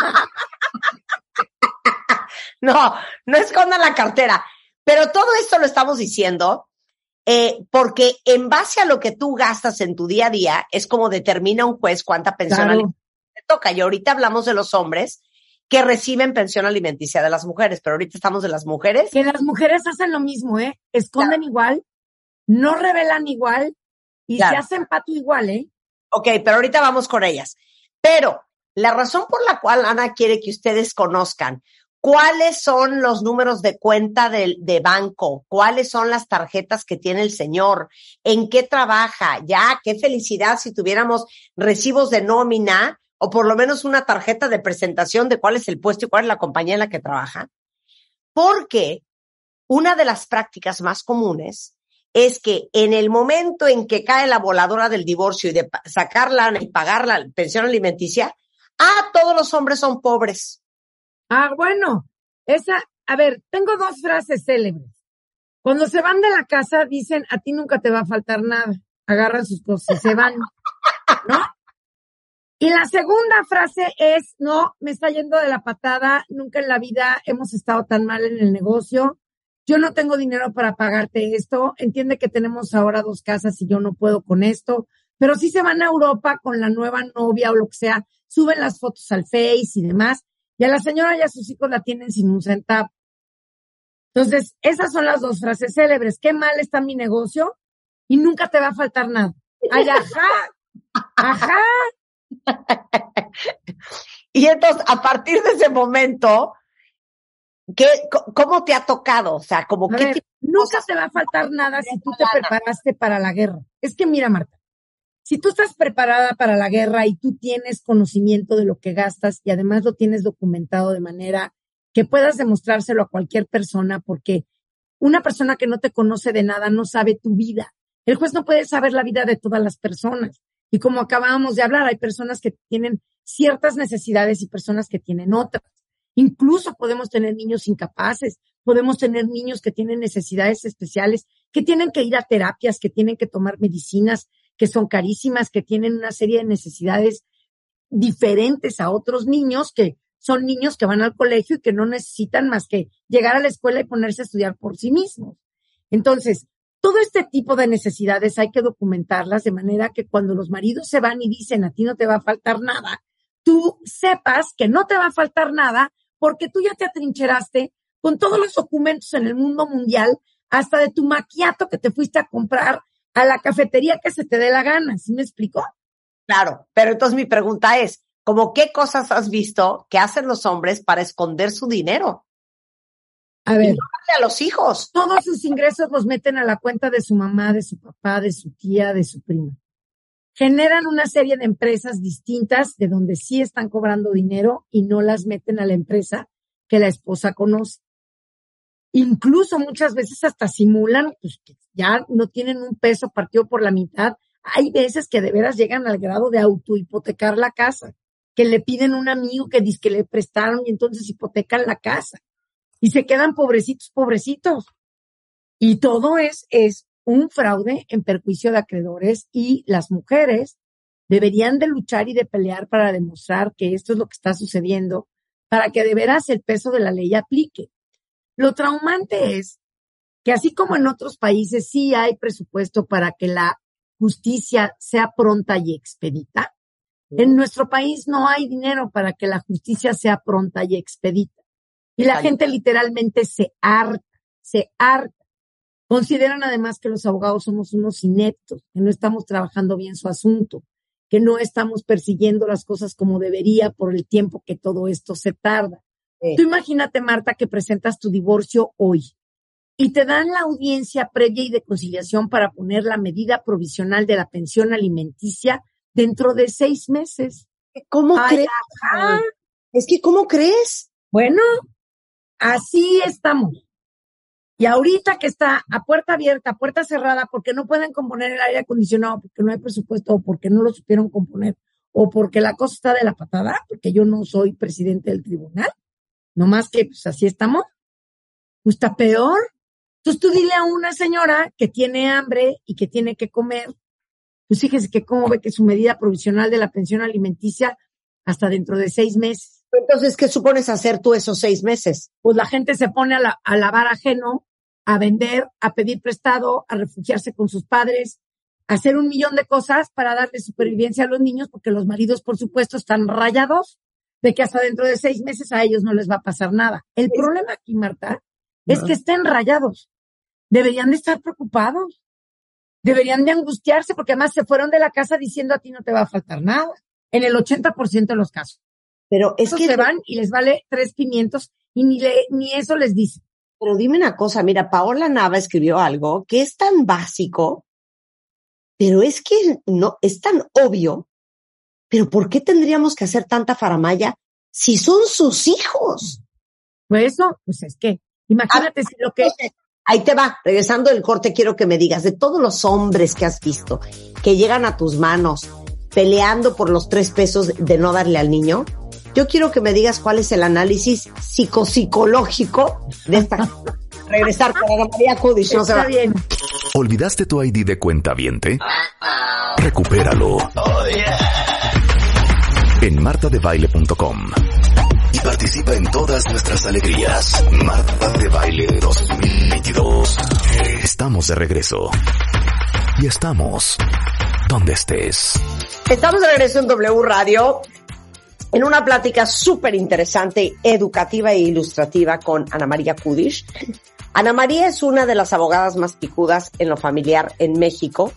No, no escondan la cartera. Pero todo esto lo estamos diciendo eh, porque en base a lo que tú gastas en tu día a día es como determina un juez cuánta pensión Claro. alimenticia te toca. Y ahorita hablamos de los hombres que reciben pensión alimenticia de las mujeres, pero ahorita estamos de las mujeres. Que las mujeres hacen lo mismo, ¿eh? Esconden igual, no revelan igual y Claro. se hacen pato igual, ¿eh? Ok, pero ahorita vamos con ellas. Pero la razón por la cual Ana quiere que ustedes conozcan cuáles son los números de cuenta de, de banco, cuáles son las tarjetas que tiene el señor, en qué trabaja, ya, qué felicidad si tuviéramos recibos de nómina o por lo menos una tarjeta de presentación de cuál es el puesto y cuál es la compañía en la que trabaja. Porque una de las prácticas más comunes es que en el momento en que cae la voladora del divorcio y de sacarla y pagar la pensión alimenticia, ah, todos los hombres son pobres. Ah, bueno, esa, a ver, tengo dos frases célebres. Cuando se van de la casa dicen, a ti nunca te va a faltar nada. Agarran sus cosas y se van, ¿no? Y la segunda frase es, no, me está yendo de la patada, nunca en la vida hemos estado tan mal en el negocio, yo no tengo dinero para pagarte esto, entiende que tenemos ahora dos casas y yo no puedo con esto, pero sí se van a Europa con la nueva novia o lo que sea, suben las fotos al Face y demás, y a la señora y a sus hijos la tienen sin un centavo. Entonces, esas son las dos frases célebres. Qué mal está mi negocio y nunca te va a faltar nada. Ay, ajá, ajá. Y entonces, a partir de ese momento, ¿qué, ¿cómo te ha tocado? O sea, como A qué ver, tipo de nunca cosas te va a faltar nada si tú te preparaste para la guerra. Es que mira, Marta, si tú estás preparada para la guerra y tú tienes conocimiento de lo que gastas y además lo tienes documentado de manera que puedas demostrárselo a cualquier persona, porque una persona que no te conoce de nada no sabe tu vida. El juez no puede saber la vida de todas las personas. Y como acabábamos de hablar, hay personas que tienen ciertas necesidades y personas que tienen otras. Incluso podemos tener niños incapaces, podemos tener niños que tienen necesidades especiales, que tienen que ir a terapias, que tienen que tomar medicinas, que son carísimas, que tienen una serie de necesidades diferentes a otros niños, que son niños que van al colegio y que no necesitan más que llegar a la escuela y ponerse a estudiar por sí mismos. Entonces, todo este tipo de necesidades hay que documentarlas de manera que cuando los maridos se van y dicen a ti no te va a faltar nada, tú sepas que no te va a faltar nada porque tú ya te atrincheraste con todos los documentos en el mundo mundial, hasta de tu macchiato que te fuiste a comprar a la cafetería que se te dé la gana. ¿Sí me explicó? Claro, pero entonces mi pregunta es, ¿cómo qué cosas has visto que hacen los hombres para esconder su dinero? A Y ver, no darle a los hijos. todos sus ingresos los meten a la cuenta de su mamá, de su papá, de su tía, de su prima. Generan una serie de empresas distintas de donde sí están cobrando dinero y no las meten a la empresa que la esposa conoce. Incluso muchas veces hasta simulan pues, que ya no tienen un peso partido por la mitad. Hay veces que de veras llegan al grado de autohipotecar la casa, que le piden a un amigo que dice que le prestaron y entonces hipotecan la casa. Y se quedan pobrecitos, pobrecitos. Y todo es, es un fraude en perjuicio de acreedores y las mujeres deberían de luchar y de pelear para demostrar que esto es lo que está sucediendo, para que de veras el peso de la ley aplique. Lo traumante es que así como en otros países sí hay presupuesto para que la justicia sea pronta y expedita, en nuestro país no hay dinero para que la justicia sea pronta y expedita. Y la gente literalmente se harta, se harta. Consideran además que los abogados somos unos ineptos, que no estamos trabajando bien su asunto, que no estamos persiguiendo las cosas como debería por el tiempo que todo esto se tarda. Sí. Tú imagínate, Marta, que presentas tu divorcio hoy y te dan la audiencia previa y de conciliación para poner la medida provisional de la pensión alimenticia dentro de seis meses. ¿Cómo Ay, crees? ajá. Es que, ¿cómo crees? Bueno, así estamos. Y ahorita que está a puerta abierta, a puerta cerrada, porque no pueden componer el aire acondicionado, porque no hay presupuesto, o porque no lo supieron componer, o porque la cosa está de la patada, porque yo no soy presidente del tribunal, nomás que pues así estamos, pues está peor. Entonces tú dile a una señora que tiene hambre y que tiene que comer, pues fíjese que cómo ve que su medida provisional de la pensión alimenticia hasta dentro de seis meses. Entonces, ¿qué supones hacer tú esos seis meses? Pues la gente se pone a, la, a lavar ajeno, a vender, a pedir prestado, a refugiarse con sus padres, a hacer un millón de cosas para darle supervivencia a los niños, porque los maridos, por supuesto, están rayados de que hasta dentro de seis meses a ellos no les va a pasar nada. El problema aquí, Marta, es que estén rayados. Deberían de estar preocupados. Deberían de angustiarse porque además se fueron de la casa diciendo a ti no te va a faltar nada. En el ochenta por ciento de los casos. Pero es Esos que se van y les vale tres pimientos y ni, le, ni eso les dice. Pero dime una cosa, mira, Paola Nava escribió algo que es tan básico, pero es que no, es tan obvio. Pero ¿por qué tendríamos que hacer tanta faramalla si son sus hijos? Pues eso, pues es que, imagínate si lo que... Ahí te va, regresando del corte, quiero que me digas, de todos los hombres que has visto, que llegan a tus manos, peleando por los tres pesos de no darle al niño, yo quiero que me digas cuál es el análisis psicopsicológico de esta. Regresar con Ana María Kudish, no se va. bien. ¿Olvidaste tu I D de cuentaviente? Recupéralo. Oh, yeah. En marta de baile punto com. Y participa en todas nuestras alegrías. Marta de Baile dos mil veintidós. Estamos de regreso. Y estamos donde estés. Estamos de regreso en W Radio en una plática súper interesante, educativa e ilustrativa con Ana María Kudish. Ana María es una de las abogadas más picudas en lo familiar en México.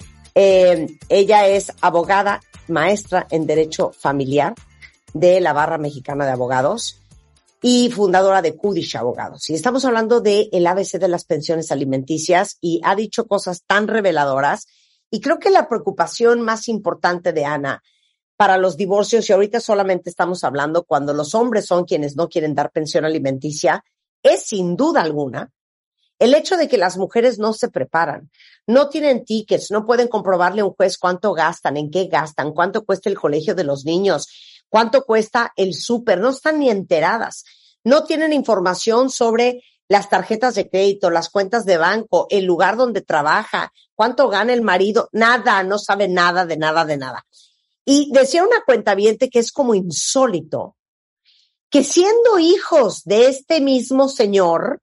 Eh, ella es abogada, maestra en Derecho Familiar de la Barra Mexicana de Abogados y fundadora de Kudish Abogados. Y estamos hablando de el A B C de las pensiones alimenticias y ha dicho cosas tan reveladoras. Y creo que la preocupación más importante de Ana para los divorcios, y ahorita solamente estamos hablando cuando los hombres son quienes no quieren dar pensión alimenticia, es sin duda alguna el hecho de que las mujeres no se preparan, no tienen tickets, no pueden comprobarle a un juez cuánto gastan, en qué gastan, cuánto cuesta el colegio de los niños, cuánto cuesta el súper, no están ni enteradas, no tienen información sobre las tarjetas de crédito, las cuentas de banco, el lugar donde trabaja, cuánto gana el marido, nada, no sabe nada de nada de nada. Y decía una cuentaviente que es como insólito, que siendo hijos de este mismo señor,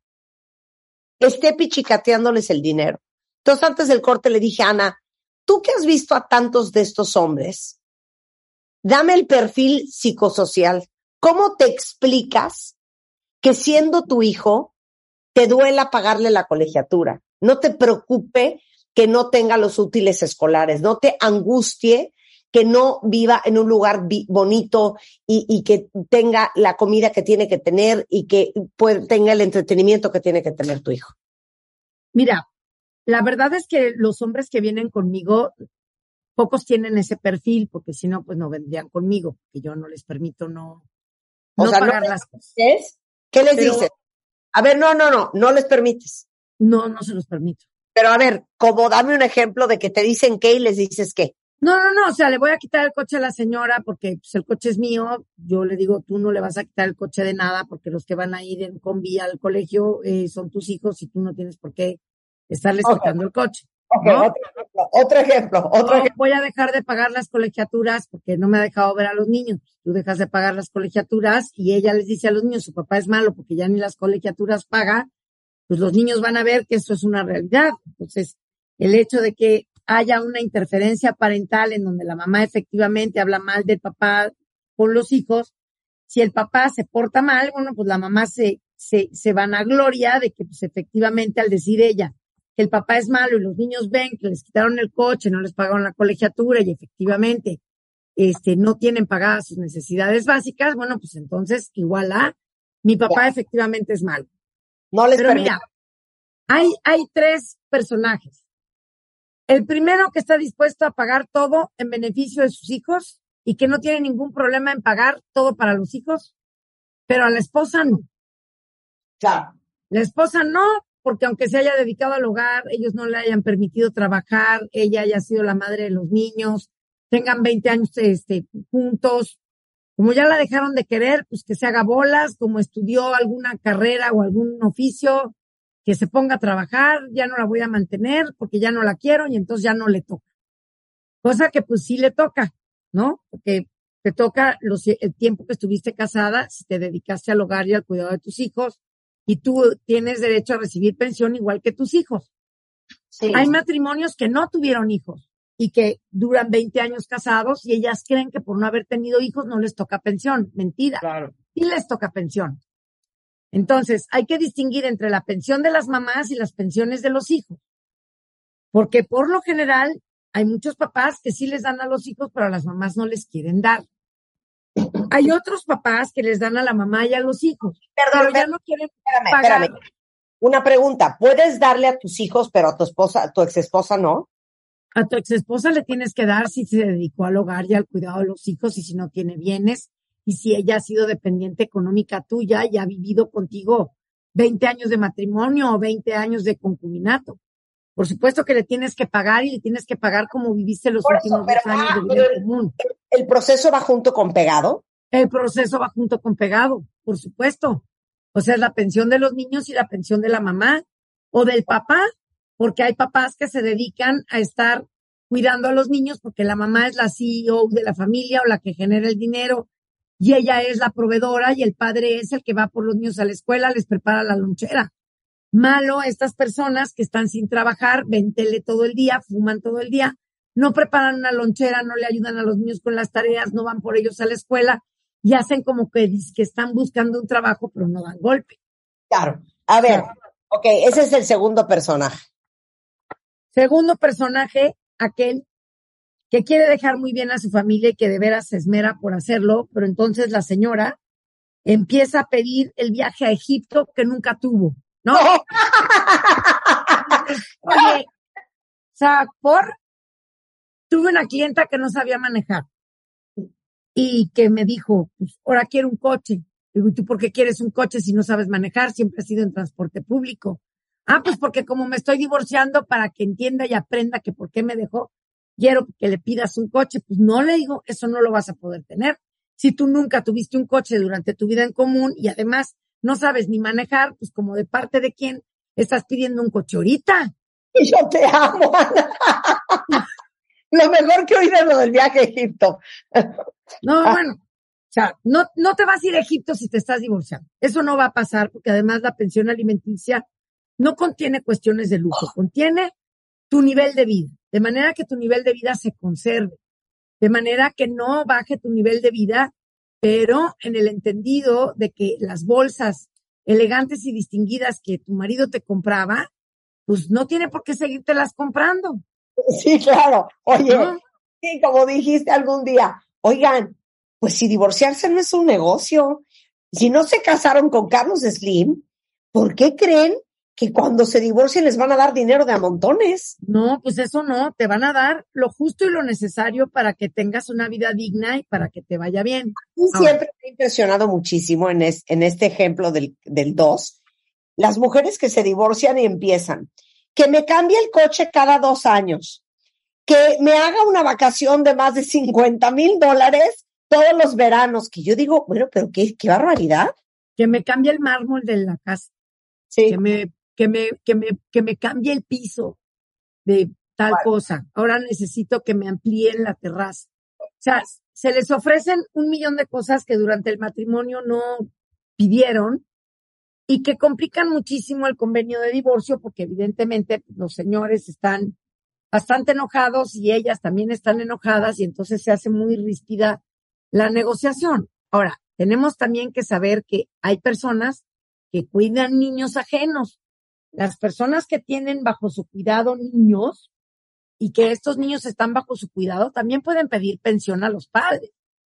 esté pichicateándoles el dinero. Entonces, antes del corte le dije, Ana, tú que has visto a tantos de estos hombres, dame el perfil psicosocial. ¿Cómo te explicas que siendo tu hijo te duela pagarle la colegiatura? No te preocupe que no tenga los útiles escolares, no te angustie que no viva en un lugar vi- bonito y, y que tenga la comida que tiene que tener y que puede, tenga el entretenimiento que tiene que tener tu hijo. Mira, la verdad es que los hombres que vienen conmigo, pocos tienen ese perfil, porque si no, pues no vendrían conmigo, porque yo no les permito no, O no sea, pagar ¿no las cosas. les ¿Qué les Pero- dices? A ver, no, no, no, no les permites. No, no se los permito. Pero a ver, como dame un ejemplo de que te dicen qué y les dices qué. No, no, no, o sea, le voy a quitar el coche a la señora porque pues, el coche es mío. Yo le digo, tú no le vas a quitar el coche de nada porque los que van a ir en combi al colegio eh, son tus hijos y tú no tienes por qué estarles Ok. quitando el coche. Ok, ¿no? otro ejemplo, otro ejemplo, otro No, ejemplo. voy a dejar de pagar las colegiaturas porque no me ha dejado ver a los niños. Tú dejas de pagar las colegiaturas y ella les dice a los niños, su papá es malo porque ya ni las colegiaturas paga, pues los niños van a ver que eso es una realidad. Entonces, el hecho de que haya una interferencia parental en donde la mamá efectivamente habla mal del papá con los hijos, si el papá se porta mal, bueno, pues la mamá se, se, se vanagloria de que pues efectivamente al decir ella que el papá es malo y los niños ven que les quitaron el coche, no les pagaron la colegiatura y efectivamente este no tienen pagadas sus necesidades básicas, bueno, pues entonces igual a mi papá efectivamente es malo. No les Pero permites. mira, hay, hay tres personajes. El primero que está dispuesto a pagar todo en beneficio de sus hijos y que no tiene ningún problema en pagar todo para los hijos, pero a la esposa no. Claro. La esposa no, porque aunque se haya dedicado al hogar, ellos no le hayan permitido trabajar, ella haya sido la madre de los niños, tengan veinte años este, juntos. Como ya la dejaron de querer, pues que se haga bolas, como estudió alguna carrera o algún oficio, que se ponga a trabajar, ya no la voy a mantener porque ya no la quiero y entonces ya no le toca. Cosa que pues sí le toca, ¿no? Porque te toca los, el tiempo que estuviste casada, si te dedicaste al hogar y al cuidado de tus hijos, y tú tienes derecho a recibir pensión igual que tus hijos. Sí. Hay matrimonios que no tuvieron hijos y que duran veinte años casados y ellas creen que por no haber tenido hijos no les toca pensión. Mentira. Claro. Sí les toca pensión. Entonces, hay que distinguir entre la pensión de las mamás y las pensiones de los hijos. Porque por lo general hay muchos papás que sí les dan a los hijos, pero a las mamás no les quieren dar. Hay otros papás que les dan a la mamá y a los hijos, Perdón, pero ya per- no quieren espérame, pagar. espérame. Una pregunta, ¿puedes darle a tus hijos, pero a tu esposa, a tu ex esposa no? A tu ex esposa le tienes que dar si se dedicó al hogar y al cuidado de los hijos y si no tiene bienes y si ella ha sido dependiente económica tuya y ha vivido contigo veinte años de matrimonio o veinte años de concubinato. Por supuesto que le tienes que pagar y le tienes que pagar como viviste los Por eso, últimos pero, dos años ah, de vida pero en común. ¿El proceso va junto con pegado? El proceso va junto con pegado, por supuesto. O sea, es la pensión de los niños y la pensión de la mamá o del papá, porque hay papás que se dedican a estar cuidando a los niños porque la mamá es la C E O de la familia o la que genera el dinero y ella es la proveedora y el padre es el que va por los niños a la escuela, les prepara la lonchera. Malo estas personas que están sin trabajar, ven tele todo el día, fuman todo el día, no preparan una lonchera, no le ayudan a los niños con las tareas, no van por ellos a la escuela y hacen como que, que están buscando un trabajo, pero no dan golpe. Claro. A ver, Claro. ok, ese es el segundo personaje. Segundo personaje, aquel que quiere dejar muy bien a su familia y que de veras se esmera por hacerlo, pero entonces la señora empieza a pedir el viaje a Egipto que nunca tuvo, ¿no? Oye, o sea, por, tuve una clienta que no sabía manejar y que me dijo, pues ahora quiero un coche. Digo, ¿y tú por qué quieres un coche si no sabes manejar? Siempre has sido en transporte público. Ah, pues porque como me estoy divorciando, para que entienda y aprenda que por qué me dejó, quiero que le pidas un coche. Pues no, le digo, eso no lo vas a poder tener. Si tú nunca tuviste un coche durante tu vida en común y además no sabes ni manejar, pues como de parte de quién estás pidiendo un coche ahorita. Y yo te amo, Ana. Lo mejor que oí de lo del viaje a Egipto. No, Ah. bueno, o sea, no, no te vas a ir a Egipto si te estás divorciando. Eso no va a pasar porque además la pensión alimenticia no contiene cuestiones de lujo, contiene tu nivel de vida, de manera que tu nivel de vida se conserve, de manera que no baje tu nivel de vida, pero en el entendido de que las bolsas elegantes y distinguidas que tu marido te compraba, pues no tiene por qué seguírtelas comprando. Sí, claro. Oye, ¿No? sí, como dijiste algún día, oigan, pues si divorciarse no es un negocio, si no se casaron con Carlos Slim, ¿por qué creen que cuando se divorcien les van a dar dinero de a montones? No, pues eso no, te van a dar lo justo y lo necesario para que tengas una vida digna y para que te vaya bien. Y Ahora, siempre me ha impresionado muchísimo en, es, en este ejemplo del, del dos, las mujeres que se divorcian y empiezan, que me cambie el coche cada dos años, que me haga una vacación de más de cincuenta mil dólares todos los veranos, que yo digo, bueno, pero qué, qué barbaridad. que me cambie el mármol de la casa, Sí. que me, que me, que me, que me cambie el piso de tal Vale. cosa. Ahora necesito que me amplíen la terraza. O sea, se les ofrecen un millón de cosas que durante el matrimonio no pidieron y que complican muchísimo el convenio de divorcio porque evidentemente los señores están bastante enojados y ellas también están enojadas y entonces se hace muy ríspida la negociación. Ahora, tenemos también que saber que hay personas que cuidan niños ajenos. Las personas que tienen bajo su cuidado niños y que estos niños están bajo su cuidado también pueden pedir pensión a los padres.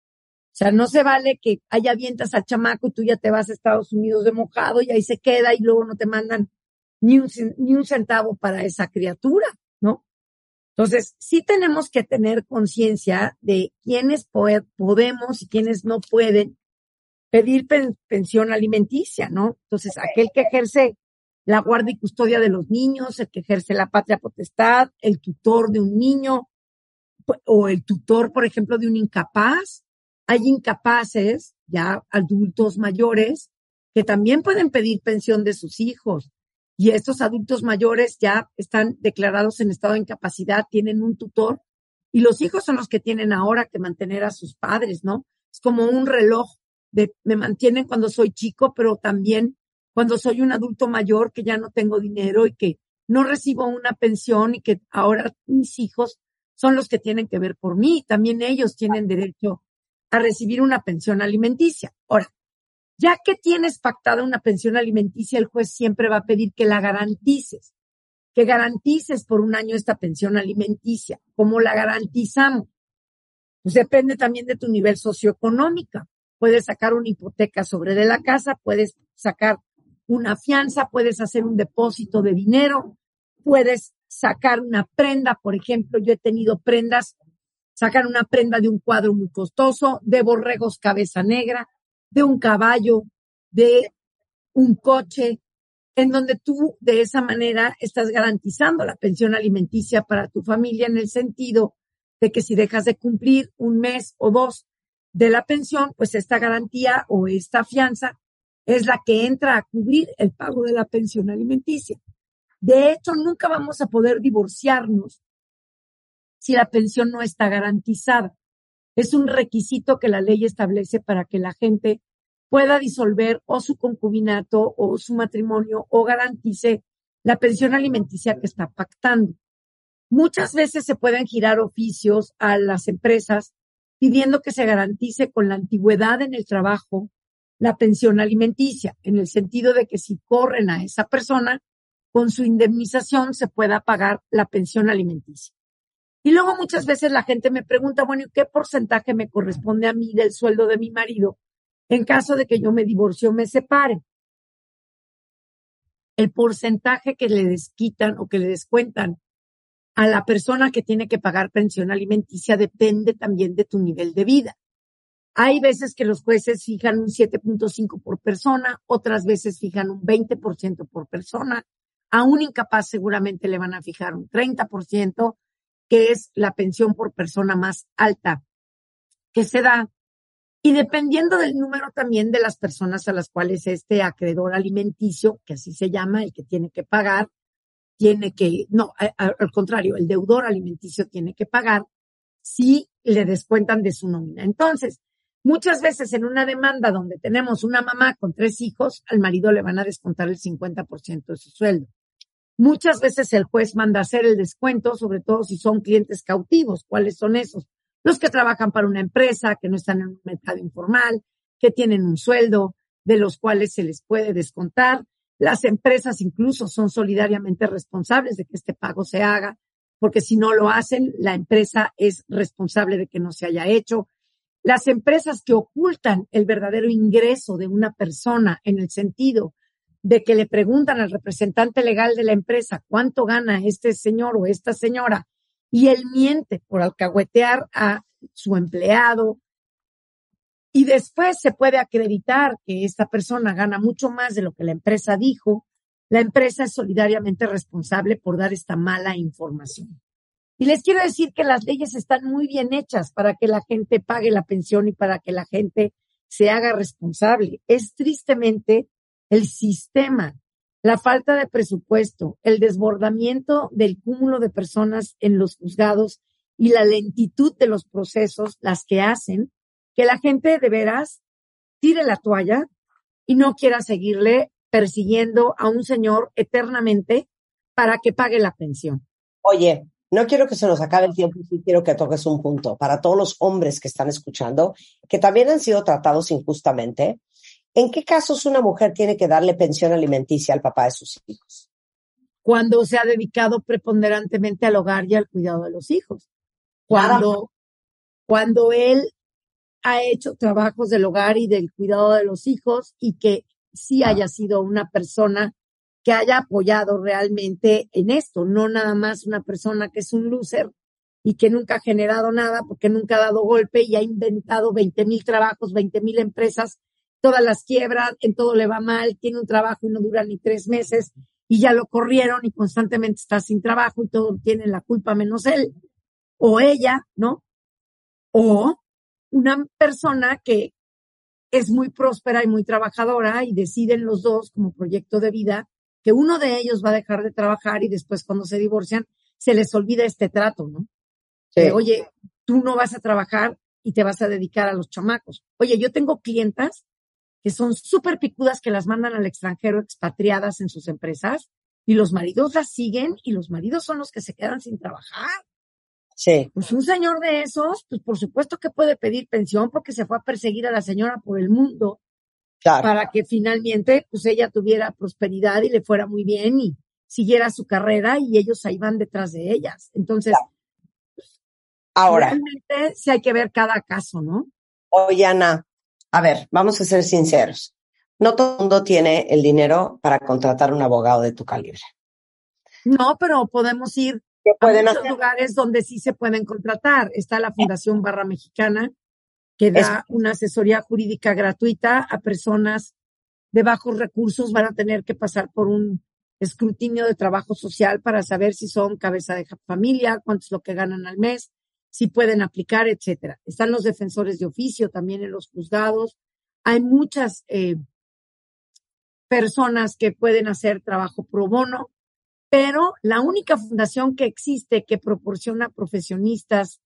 O sea, no se vale que haya avientas al chamaco y tú ya te vas a Estados Unidos de mojado y ahí se queda y luego no te mandan ni un, ni un centavo para esa criatura, ¿no? Entonces, sí tenemos que tener conciencia de quiénes po- podemos y quiénes no pueden pedir pen- pensión alimenticia, ¿no? Entonces, aquel que ejerce la guardia y custodia de los niños, el que ejerce la patria potestad, el tutor de un niño, o el tutor, por ejemplo, de un incapaz. Hay incapaces, ya adultos mayores, que también pueden pedir pensión de sus hijos. Y estos adultos mayores ya están declarados en estado de incapacidad, tienen un tutor, y los hijos son los que tienen ahora que mantener a sus padres, ¿no? Es como un reloj de me mantienen cuando soy chico, pero también cuando soy un adulto mayor que ya no tengo dinero y que no recibo una pensión y que ahora mis hijos son los que tienen que ver por mí. También ellos tienen derecho a recibir una pensión alimenticia. Ahora, ya que tienes pactada una pensión alimenticia, el juez siempre va a pedir que la garantices, que garantices por un año esta pensión alimenticia. ¿Cómo la garantizamos? Pues depende también de tu nivel socioeconómico. Puedes sacar una hipoteca sobre de la casa, puedes sacar una fianza, puedes hacer un depósito de dinero, puedes sacar una prenda. Por ejemplo, yo he tenido prendas, sacar una prenda de un cuadro muy costoso, de borregos cabeza negra, de un caballo, de un coche, en donde tú de esa manera estás garantizando la pensión alimenticia para tu familia, en el sentido de que si dejas de cumplir un mes o dos de la pensión, pues esta garantía o esta fianza es la que entra a cubrir el pago de la pensión alimenticia. De hecho, nunca vamos a poder divorciarnos si la pensión no está garantizada. Es un requisito que la ley establece para que la gente pueda disolver o su concubinato o su matrimonio o garantice la pensión alimenticia que está pactando. Muchas veces se pueden girar oficios a las empresas pidiendo que se garantice con la antigüedad en el trabajo la pensión alimenticia, en el sentido de que si corren a esa persona, con su indemnización se pueda pagar la pensión alimenticia. Y luego muchas veces la gente me pregunta, bueno, ¿y qué porcentaje me corresponde a mí del sueldo de mi marido en caso de que yo me divorcie o me separe? El porcentaje que le desquitan o que le descuentan a la persona que tiene que pagar pensión alimenticia depende también de tu nivel de vida. Hay veces que los jueces fijan un siete punto cinco por persona, otras veces fijan un veinte por ciento por persona. A un incapaz seguramente le van a fijar un treinta por ciento, que es la pensión por persona más alta que se da. Y dependiendo del número también de las personas a las cuales este acreedor alimenticio, que así se llama, el que tiene que pagar, tiene que, no, a, a, al contrario, el deudor alimenticio tiene que pagar si le descuentan de su nómina. Entonces, muchas veces en una demanda donde tenemos una mamá con tres hijos, al marido le van a descontar el cincuenta por ciento de su sueldo. Muchas veces el juez manda hacer el descuento, sobre todo si son clientes cautivos. ¿Cuáles son esos? Los que trabajan para una empresa, que no están en un mercado informal, que tienen un sueldo, de los cuales se les puede descontar. Las empresas incluso son solidariamente responsables de que este pago se haga, porque si no lo hacen, la empresa es responsable de que no se haya hecho. Las empresas que ocultan el verdadero ingreso de una persona, en el sentido de que le preguntan al representante legal de la empresa cuánto gana este señor o esta señora, y él miente por alcahuetear a su empleado, y después se puede acreditar que esta persona gana mucho más de lo que la empresa dijo, la empresa es solidariamente responsable por dar esta mala información. Y les quiero decir que las leyes están muy bien hechas para que la gente pague la pensión y para que la gente se haga responsable. Es tristemente el sistema, la falta de presupuesto, el desbordamiento del cúmulo de personas en los juzgados y la lentitud de los procesos las que hacen que la gente de veras tire la toalla y no quiera seguirle persiguiendo a un señor eternamente para que pague la pensión. Oye, no quiero que se nos acabe el tiempo, sí quiero que toques un punto para todos los hombres que están escuchando, que también han sido tratados injustamente. ¿En qué casos una mujer tiene que darle pensión alimenticia al papá de sus hijos? Cuando se ha dedicado preponderantemente al hogar y al cuidado de los hijos. Cuando, cuando él ha hecho trabajos del hogar y del cuidado de los hijos y que sí haya sido una persona que haya apoyado realmente en esto, no nada más una persona que es un loser y que nunca ha generado nada porque nunca ha dado golpe y ha inventado veinte mil trabajos, veinte mil empresas, todas las quiebras, en todo le va mal, tiene un trabajo y no dura ni tres meses y ya lo corrieron y constantemente está sin trabajo y todos tienen la culpa menos él. o ella, ¿no? O una persona que es muy próspera y muy trabajadora y deciden los dos como proyecto de vida que uno de ellos va a dejar de trabajar y después cuando se divorcian se les olvida este trato, ¿no? Sí. Eh, oye, tú no vas a trabajar y te vas a dedicar a los chamacos. Oye, yo tengo clientas que son súper picudas que las mandan al extranjero expatriadas en sus empresas y los maridos las siguen y los maridos son los que se quedan sin trabajar. Sí. Pues un señor de esos, pues por supuesto que puede pedir pensión porque se fue a perseguir a la señora por el mundo Claro. para que finalmente pues ella tuviera prosperidad y le fuera muy bien y siguiera su carrera y ellos ahí van detrás de ellas. Entonces, Claro. Ahora, realmente sí hay que ver cada caso, ¿no? oye, Ana, a ver, vamos a ser sinceros. No todo el mundo tiene el dinero para contratar un abogado de tu calibre. No, pero podemos ir ¿Qué a pueden muchos hacer? lugares donde sí se pueden contratar. Está la Fundación Barra Mexicana, que da una asesoría jurídica gratuita a personas de bajos recursos. Van a tener que pasar por un escrutinio de trabajo social para saber si son cabeza de familia, cuánto es lo que ganan al mes, si pueden aplicar, etcétera. Están los defensores de oficio también en los juzgados. Hay muchas eh, personas que pueden hacer trabajo pro bono, pero la única fundación que existe que proporciona profesionistas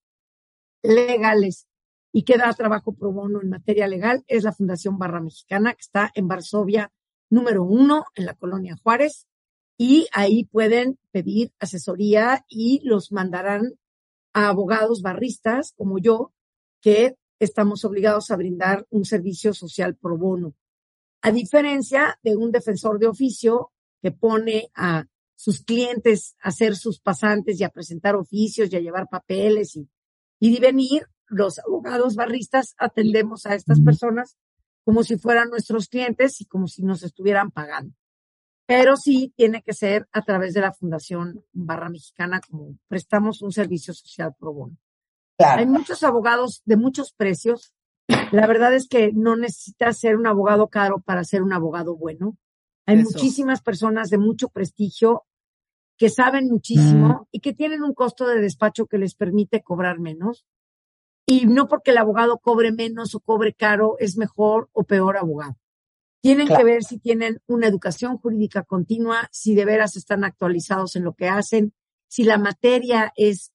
legales y que da trabajo pro bono en materia legal es la Fundación Barra Mexicana, que está en Varsovia número uno, en la Colonia Juárez, y ahí pueden pedir asesoría y los mandarán a abogados barristas como yo, que estamos obligados a brindar un servicio social pro bono. A diferencia de un defensor de oficio que pone a sus clientes a hacer sus pasantes y a presentar oficios y a llevar papeles y, y de venir, los abogados barristas atendemos a estas personas como si fueran nuestros clientes y como si nos estuvieran pagando. Pero sí tiene que ser a través de la Fundación Barra Mexicana, como prestamos un servicio social pro bono. Claro. Hay muchos abogados de muchos precios. La verdad es que no necesitas ser un abogado caro para ser un abogado bueno. Hay Eso. muchísimas personas de mucho prestigio que saben muchísimo mm. y que tienen un costo de despacho que les permite cobrar menos. Y no porque el abogado cobre menos o cobre caro es mejor o peor abogado. Tienen Claro. que ver si tienen una educación jurídica continua, si de veras están actualizados en lo que hacen, si la materia es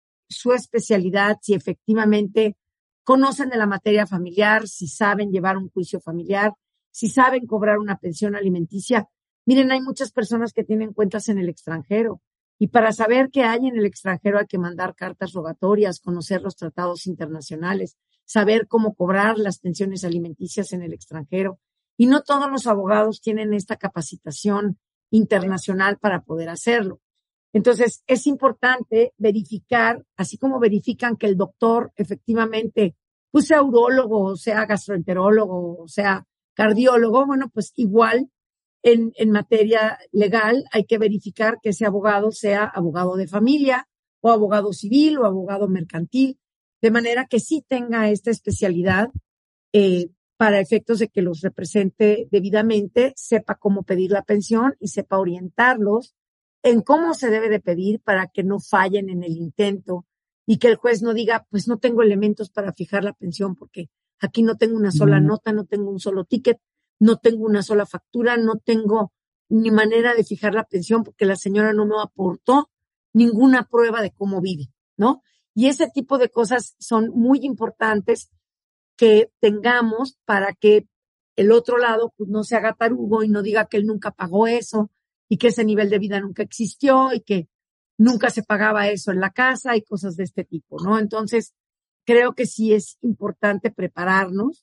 su especialidad, si efectivamente conocen de la materia familiar, si saben llevar un juicio familiar, si saben cobrar una pensión alimenticia. Miren, hay muchas personas que tienen cuentas en el extranjero y para saber qué hay en el extranjero hay que mandar cartas rogatorias, conocer los tratados internacionales, saber cómo cobrar las pensiones alimenticias en el extranjero. Y no todos los abogados tienen esta capacitación internacional para poder hacerlo. Entonces, es importante verificar, así como verifican que el doctor efectivamente, pues sea urólogo, sea gastroenterólogo, sea cardiólogo, bueno, pues igual en, en materia legal hay que verificar que ese abogado sea abogado de familia o abogado civil o abogado mercantil, de manera que sí tenga esta especialidad eh, para efectos de que los represente debidamente, sepa cómo pedir la pensión y sepa orientarlos en cómo se debe de pedir para que no fallen en el intento y que el juez no diga, pues no tengo elementos para fijar la pensión porque aquí no tengo una sola nota, no tengo un solo ticket, no tengo una sola factura, no tengo ni manera de fijar la pensión porque la señora no me aportó ninguna prueba de cómo vive, ¿no? Y ese tipo de cosas son muy importantes que tengamos para que el otro lado pues no se haga tarugo y no diga que él nunca pagó eso y que ese nivel de vida nunca existió y que nunca se pagaba eso en la casa y cosas de este tipo, ¿no? Entonces, creo que sí es importante prepararnos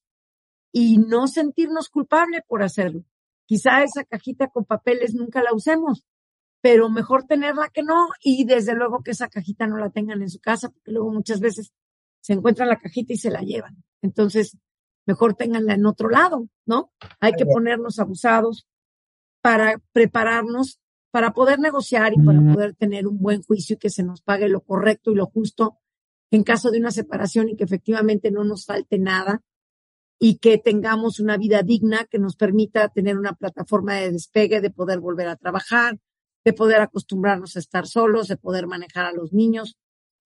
y no sentirnos culpables por hacerlo. Quizá esa cajita con papeles nunca la usemos, pero mejor tenerla que no y desde luego que esa cajita no la tengan en su casa porque luego muchas veces se encuentran la cajita y se la llevan. Entonces, mejor ténganla en otro lado, ¿no? Hay que ponernos abusados para prepararnos, para poder negociar y para poder tener un buen juicio y que se nos pague lo correcto y lo justo en caso de una separación y que efectivamente no nos falte nada y que tengamos una vida digna que nos permita tener una plataforma de despegue, de poder volver a trabajar, de poder acostumbrarnos a estar solos, de poder manejar a los niños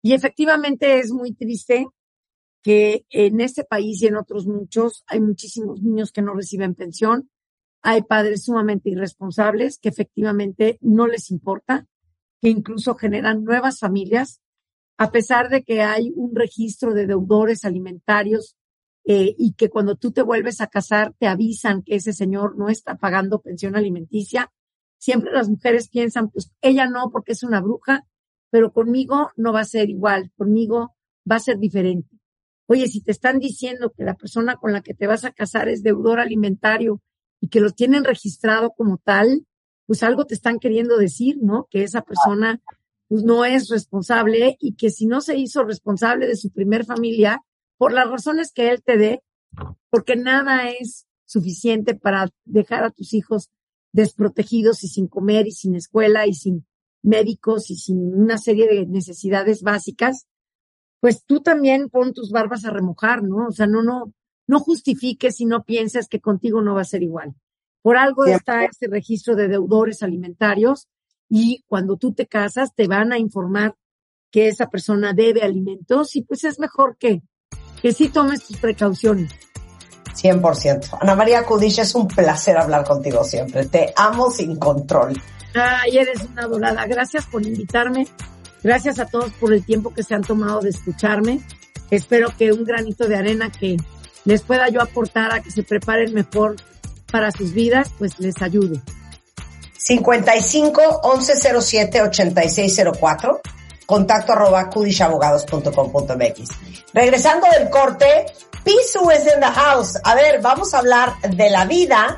Y efectivamente es muy triste que en este país y en otros muchos hay muchísimos niños que no reciben pensión. Hay padres sumamente irresponsables que efectivamente no les importa, que incluso generan nuevas familias, a pesar de que hay un registro de deudores alimentarios eh, y que cuando tú te vuelves a casar te avisan que ese señor no está pagando pensión alimenticia. Siempre las mujeres piensan, pues ella no porque es una bruja, pero conmigo no va a ser igual, conmigo va a ser diferente. Oye, si te están diciendo que la persona con la que te vas a casar es deudor alimentario y que lo tienen registrado como tal, pues algo te están queriendo decir, ¿no? Que esa persona pues no es responsable y que si no se hizo responsable de su primer familia, por las razones que él te dé, porque nada es suficiente para dejar a tus hijos desprotegidos y sin comer y sin escuela y sin médicos y sin una serie de necesidades básicas, pues tú también pon tus barbas a remojar, ¿no? O sea, no, no, no justifiques y no pienses que contigo no va a ser igual. Por algo Siempre. está este registro de deudores alimentarios y cuando tú te casas te van a informar que esa persona debe alimentos y pues es mejor que, que sí tomes tus precauciones. cien por ciento. Ana María Kudish, es un placer hablar contigo siempre. Te amo sin control. Ay, eres una volada. Gracias por invitarme. Gracias a todos por el tiempo que se han tomado de escucharme. Espero que un granito de arena que les pueda yo aportar a que se preparen mejor para sus vidas, pues les ayude. cincuenta y cinco, once cero siete, ochenta y seis cero cuatro. Contacto arroba kudishabogados punto com punto m x. Regresando del corte, Pisu is in the house. A ver, vamos a hablar de la vida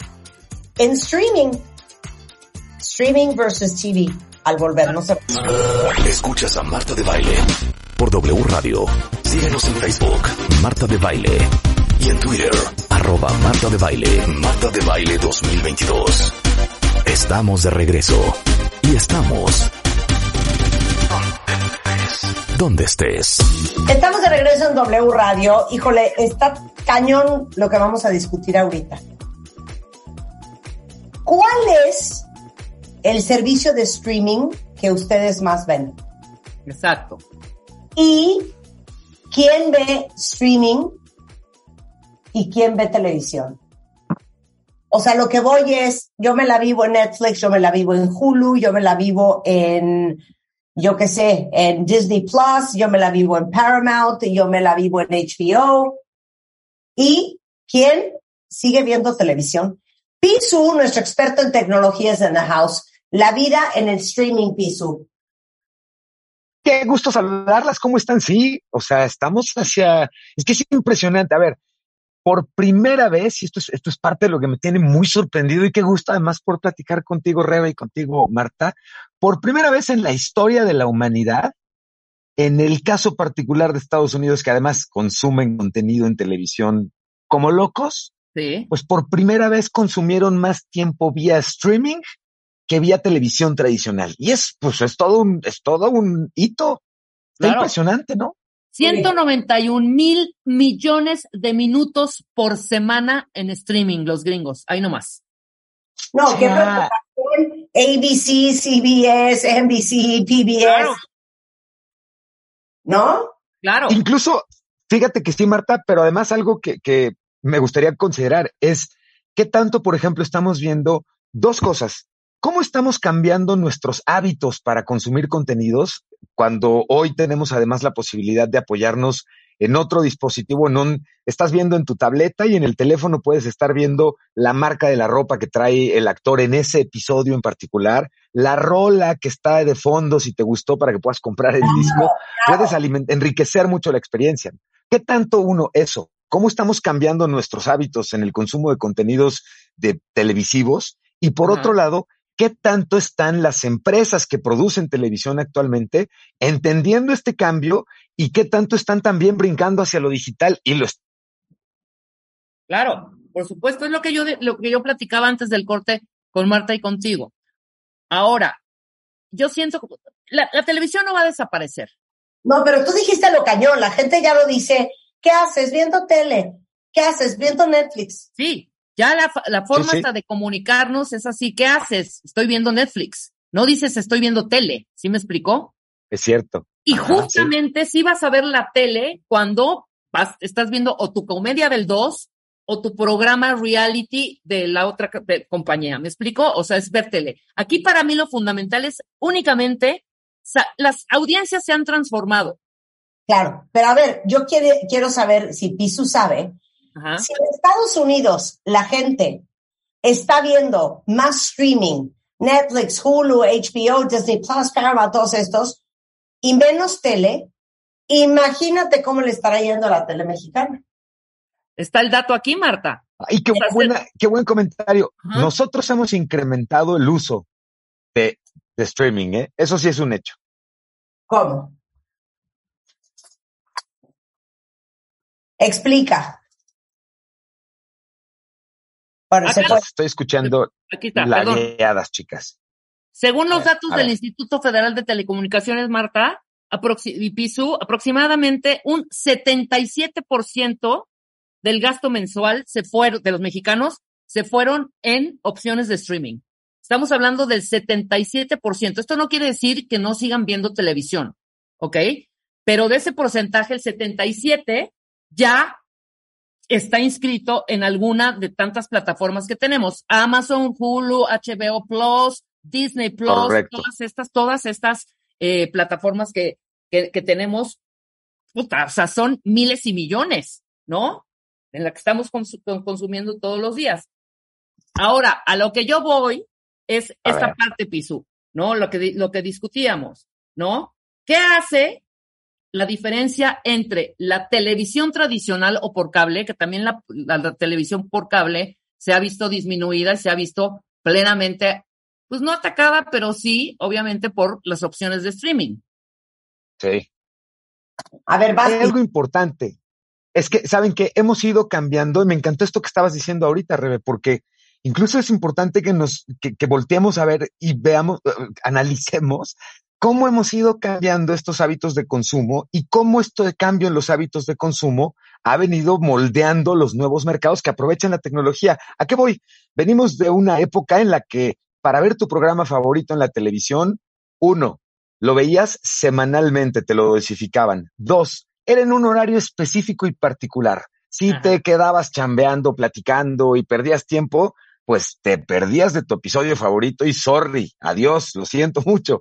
en streaming. Streaming versus T V. Al volver, no se... Escuchas a Marta de Baile por W Radio. Síguenos en Facebook, Marta de Baile. Y en Twitter, arroba Marta de Baile. Marta de Baile dos mil veintidós. Estamos de regreso. Y estamos... donde estés. Estamos de regreso en W Radio. Híjole, está cañón lo que vamos a discutir ahorita. ¿Cuál es el servicio de streaming que ustedes más ven? Exacto. ¿Y quién ve streaming y quién ve televisión? O sea, lo que voy es, yo me la vivo en Netflix, yo me la vivo en Hulu, yo me la vivo en, yo qué sé, en Disney Plus, yo me la vivo en Paramount, yo me la vivo en H B O. ¿Y quién sigue viendo televisión? Pisu, nuestro experto en tecnologías en the house. La vida en el streaming, Pisu. Qué gusto saludarlas, ¿cómo están? Sí, o sea, estamos hacia... Es que es impresionante, a ver, por primera vez, y esto es, esto es parte de lo que me tiene muy sorprendido y qué gusto además por platicar contigo, Rebe, y contigo, Marta, por primera vez en la historia de la humanidad, en el caso particular de Estados Unidos, que además consumen contenido en televisión como locos, Sí. pues por primera vez consumieron más tiempo vía streaming que vía televisión tradicional. Y es, pues, es todo un, es todo un hito. Está Claro. impresionante, ¿no? ciento noventa y un mil millones de minutos por semana en streaming, los gringos. Ahí nomás. No, qué Ya. preocupación. A B C, C B S, N B C, P B S. Claro. ¿No? Claro. Incluso, fíjate que sí, Marta, pero además algo que, que me gustaría considerar es qué tanto, por ejemplo, estamos viendo dos cosas. ¿Cómo estamos cambiando nuestros hábitos para consumir contenidos cuando hoy tenemos además la posibilidad de apoyarnos en otro dispositivo? En un, estás viendo en tu tableta y en el teléfono puedes estar viendo la marca de la ropa que trae el actor en ese episodio en particular, la rola que está de fondo si te gustó para que puedas comprar el disco. Puedes aliment- enriquecer mucho la experiencia. ¿Qué tanto uno eso? ¿Cómo estamos cambiando nuestros hábitos en el consumo de contenidos de televisivos? Y por Ajá. otro lado, ¿qué tanto están las empresas que producen televisión actualmente entendiendo este cambio y qué tanto están también brincando hacia lo digital? Y lo est- Claro, por supuesto, es lo que yo de- lo que yo platicaba antes del corte con Marta y contigo. Ahora, yo siento que la, la televisión no va a desaparecer. No, pero tú dijiste lo cañón. La gente ya lo dice. ¿Qué haces? Viendo tele. ¿Qué haces? Viendo Netflix. Sí, ya la, fa- la forma Sí, sí. hasta de comunicarnos es así. ¿Qué haces? Estoy viendo Netflix. No dices estoy viendo tele. ¿Sí me explicó? Es cierto. Y Ajá, justamente sí. si vas a ver la tele cuando vas, estás viendo o tu comedia del dos o tu programa reality de la otra de, compañía. ¿Me explico? O sea, es ver tele. Aquí para mí lo fundamental es únicamente sa- las audiencias se han transformado. Claro, pero a ver, yo quiero, quiero saber si Pisu sabe, Ajá. si en Estados Unidos la gente está viendo más streaming, Netflix, Hulu, H B O, Disney Plus, Paramount, todos estos, y menos tele, imagínate cómo le estará yendo a la tele mexicana. Está el dato aquí, Marta. Y qué buena, qué buen comentario. Ajá. Nosotros hemos incrementado el uso de, de streaming, ¿eh? Eso sí es un hecho. ¿Cómo? Explica. Bueno, se Acá puede. Las estoy escuchando Aquí está, perdón. lagueadas, chicas. Según los A ver, datos a del ver. Instituto Federal de Telecomunicaciones, Marta, aproxi- y Pisu, aproximadamente un setenta y siete por ciento del gasto mensual se fueron, de los mexicanos, se fueron en opciones de streaming. Estamos hablando del setenta y siete por ciento. Esto no quiere decir que no sigan viendo televisión, ¿ok? Pero de ese porcentaje, el setenta y siete ya está inscrito en alguna de tantas plataformas que tenemos. Amazon, Hulu, H B O Plus, Disney Plus, Correcto. todas estas, todas estas eh, plataformas que, que, que tenemos, puta, o sea, son miles y millones, ¿no? En la que estamos cons- consumiendo todos los días. Ahora, a lo que yo voy es A esta ver. parte, Pisu, ¿no? Lo que, di- lo que discutíamos, ¿no? ¿Qué hace la diferencia entre la televisión tradicional o por cable, que también la, la, la televisión por cable se ha visto disminuida y se ha visto plenamente, pues no atacada, pero sí, obviamente, por las opciones de streaming? Sí. A ver, vas. Hay algo importante. Es que, ¿saben qué? Hemos ido cambiando, y me encantó esto que estabas diciendo ahorita, Rebe, porque incluso es importante que nos, que, que volteemos a ver y veamos, eh, analicemos cómo hemos ido cambiando estos hábitos de consumo y cómo esto de cambio en los hábitos de consumo ha venido moldeando los nuevos mercados que aprovechan la tecnología. ¿A qué voy? Venimos de una época en la que para ver tu programa favorito en la televisión, uno, lo veías semanalmente, te lo dosificaban. Dos, era en un horario específico y particular. Si Ajá. te quedabas chambeando, platicando y perdías tiempo, pues te perdías de tu episodio favorito y sorry, adiós, lo siento mucho.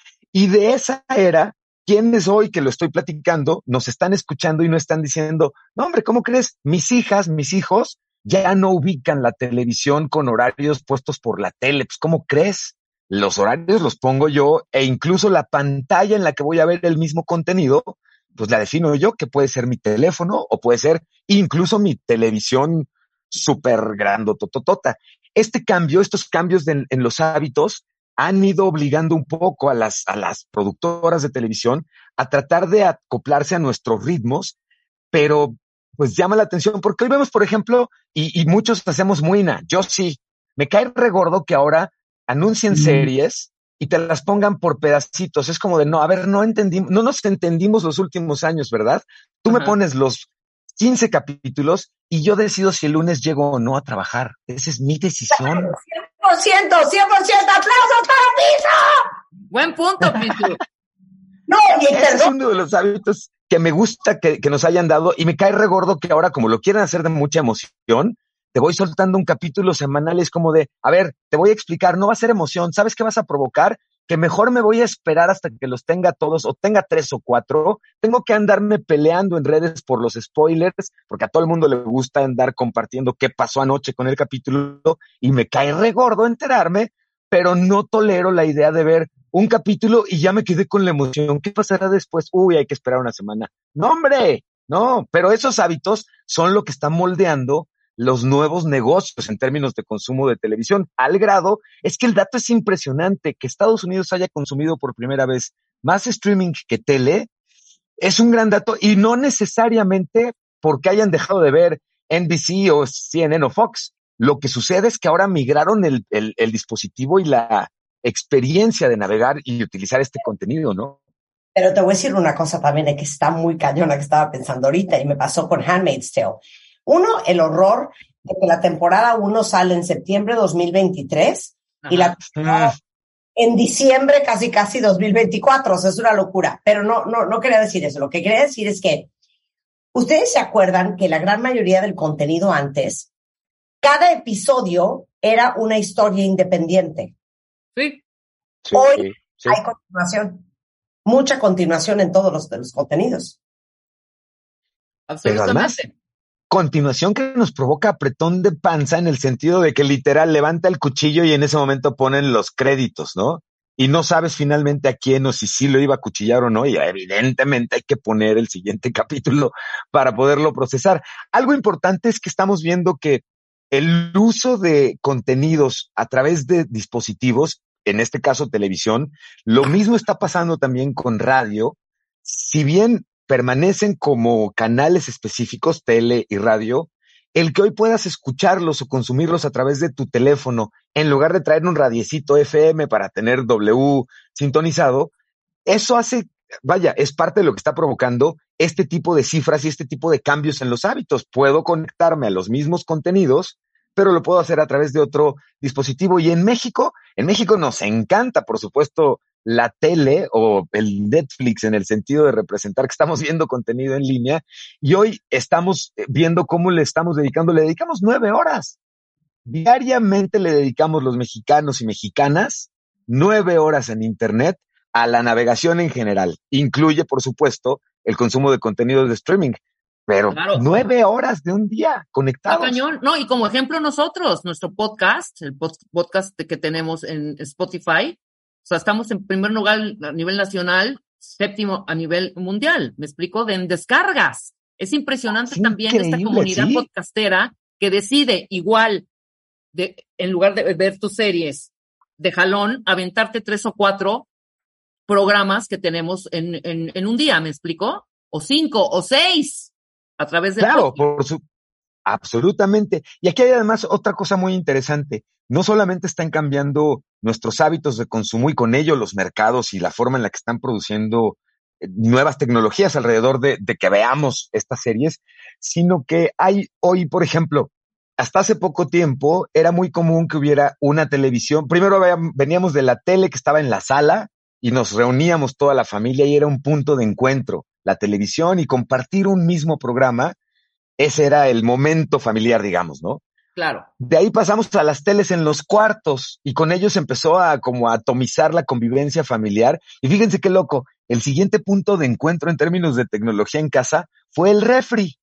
Y de esa era, quienes hoy que lo estoy platicando nos están escuchando y no están diciendo, no hombre, ¿cómo crees? Mis hijas, mis hijos ya no ubican la televisión con horarios puestos por la tele. Pues, ¿cómo crees? Los horarios los pongo yo e incluso la pantalla en la que voy a ver el mismo contenido, pues la defino yo, que puede ser mi teléfono o puede ser incluso mi televisión súper grandototota. Este cambio, estos cambios de, en los hábitos han ido obligando un poco a las, a las productoras de televisión a tratar de acoplarse a nuestros ritmos, pero pues llama la atención porque hoy vemos, por ejemplo, y, y muchos hacemos muina, yo sí, me cae regordo que ahora anuncien mm. series y te las pongan por pedacitos. Es como de, no, a ver, no entendimos, no nos entendimos los últimos años, ¿verdad? Tú Ajá. me pones los quince capítulos y yo decido si el lunes llego o no a trabajar. Esa es mi decisión. cien por ciento, cien por ciento, aplausos para Pisu. Buen punto, Pisu. No, y ese es uno de los hábitos que me gusta que, que nos hayan dado y me cae regordo que ahora, como lo quieren hacer de mucha emoción, te voy soltando un capítulo semanal, es como de, a ver, te voy a explicar, no va a ser emoción, ¿sabes qué vas a provocar? Que mejor me voy a esperar hasta que los tenga todos, o tenga tres o cuatro, tengo que andarme peleando en redes por los spoilers, porque a todo el mundo le gusta andar compartiendo qué pasó anoche con el capítulo, y me cae regordo enterarme, pero no tolero la idea de ver un capítulo y ya me quedé con la emoción, ¿qué pasará después? Uy, hay que esperar una semana. No, hombre, no, pero esos hábitos son lo que están moldeando los nuevos negocios en términos de consumo de televisión, al grado, es que el dato es impresionante, que Estados Unidos haya consumido por primera vez más streaming que tele, es un gran dato, y no necesariamente porque hayan dejado de ver N B C o C N N o Fox, lo que sucede es que ahora migraron el, el, el dispositivo y la experiencia de navegar y utilizar este contenido, ¿no? Pero te voy a decir una cosa también, de que está muy cañona, que estaba pensando ahorita, y me pasó con Handmaid's Tale. Uno, el horror de que la temporada uno sale en septiembre de dos mil veintitrés Ajá. y la temporada en diciembre casi casi dos mil veinticuatro, o sea, es una locura. Pero no, no, no quería decir eso. Lo que quería decir es que ustedes se acuerdan que la gran mayoría del contenido antes, cada episodio era una historia independiente. Sí. Sí, Hoy sí. hay continuación, mucha continuación en todos los, los contenidos. Pero además, Absolutamente. continuación que nos provoca apretón de panza en el sentido de que literal levanta el cuchillo y en ese momento ponen los créditos, ¿no? Y no sabes finalmente a quién o si sí lo iba a cuchillar o no, y evidentemente hay que poner el siguiente capítulo para poderlo procesar. Algo importante es que estamos viendo que el uso de contenidos a través de dispositivos, en este caso televisión, lo mismo está pasando también con radio. Si bien permanecen como canales específicos, tele y radio, el que hoy puedas escucharlos o consumirlos a través de tu teléfono, en lugar de traer un radiecito F M para tener W sintonizado, eso hace, vaya, es parte de lo que está provocando este tipo de cifras y este tipo de cambios en los hábitos. Puedo conectarme a los mismos contenidos, pero lo puedo hacer a través de otro dispositivo. Y en México, en México nos encanta, por supuesto, la tele o el Netflix en el sentido de representar que estamos viendo contenido en línea, y hoy estamos viendo cómo le estamos dedicando, le dedicamos nueve horas. Diariamente le dedicamos los mexicanos y mexicanas nueve horas en Internet a la navegación en general. Incluye, por supuesto, el consumo de contenidos de streaming. Pero Claro. nueve horas de un día Está conectados. cañón. No, y como ejemplo nosotros, nuestro podcast, el pod- podcast que tenemos en Spotify, o sea, estamos en primer lugar a nivel nacional, séptimo a nivel mundial, ¿me explico? De en descargas. Es impresionante Es también esta increíble, comunidad sí. podcastera que decide igual, de en lugar de ver tus series de jalón, aventarte tres o cuatro programas que tenemos en, en, en un día, ¿me explico? O cinco, o seis, a través del Claro, podcast. por su, absolutamente. Y aquí hay además otra cosa muy interesante. No solamente están cambiando nuestros hábitos de consumo y con ello los mercados y la forma en la que están produciendo eh, nuevas tecnologías alrededor de, de que veamos estas series, sino que hay hoy, por ejemplo, hasta hace poco tiempo era muy común que hubiera una televisión. Primero veníamos de la tele que estaba en la sala y nos reuníamos toda la familia y era un punto de encuentro, la televisión y compartir un mismo programa. Ese era el momento familiar, digamos, ¿no? Claro. De ahí pasamos a las teles en los cuartos y con ellos empezó a como a atomizar la convivencia familiar. Y fíjense qué loco, el siguiente punto de encuentro en términos de tecnología en casa fue el refri,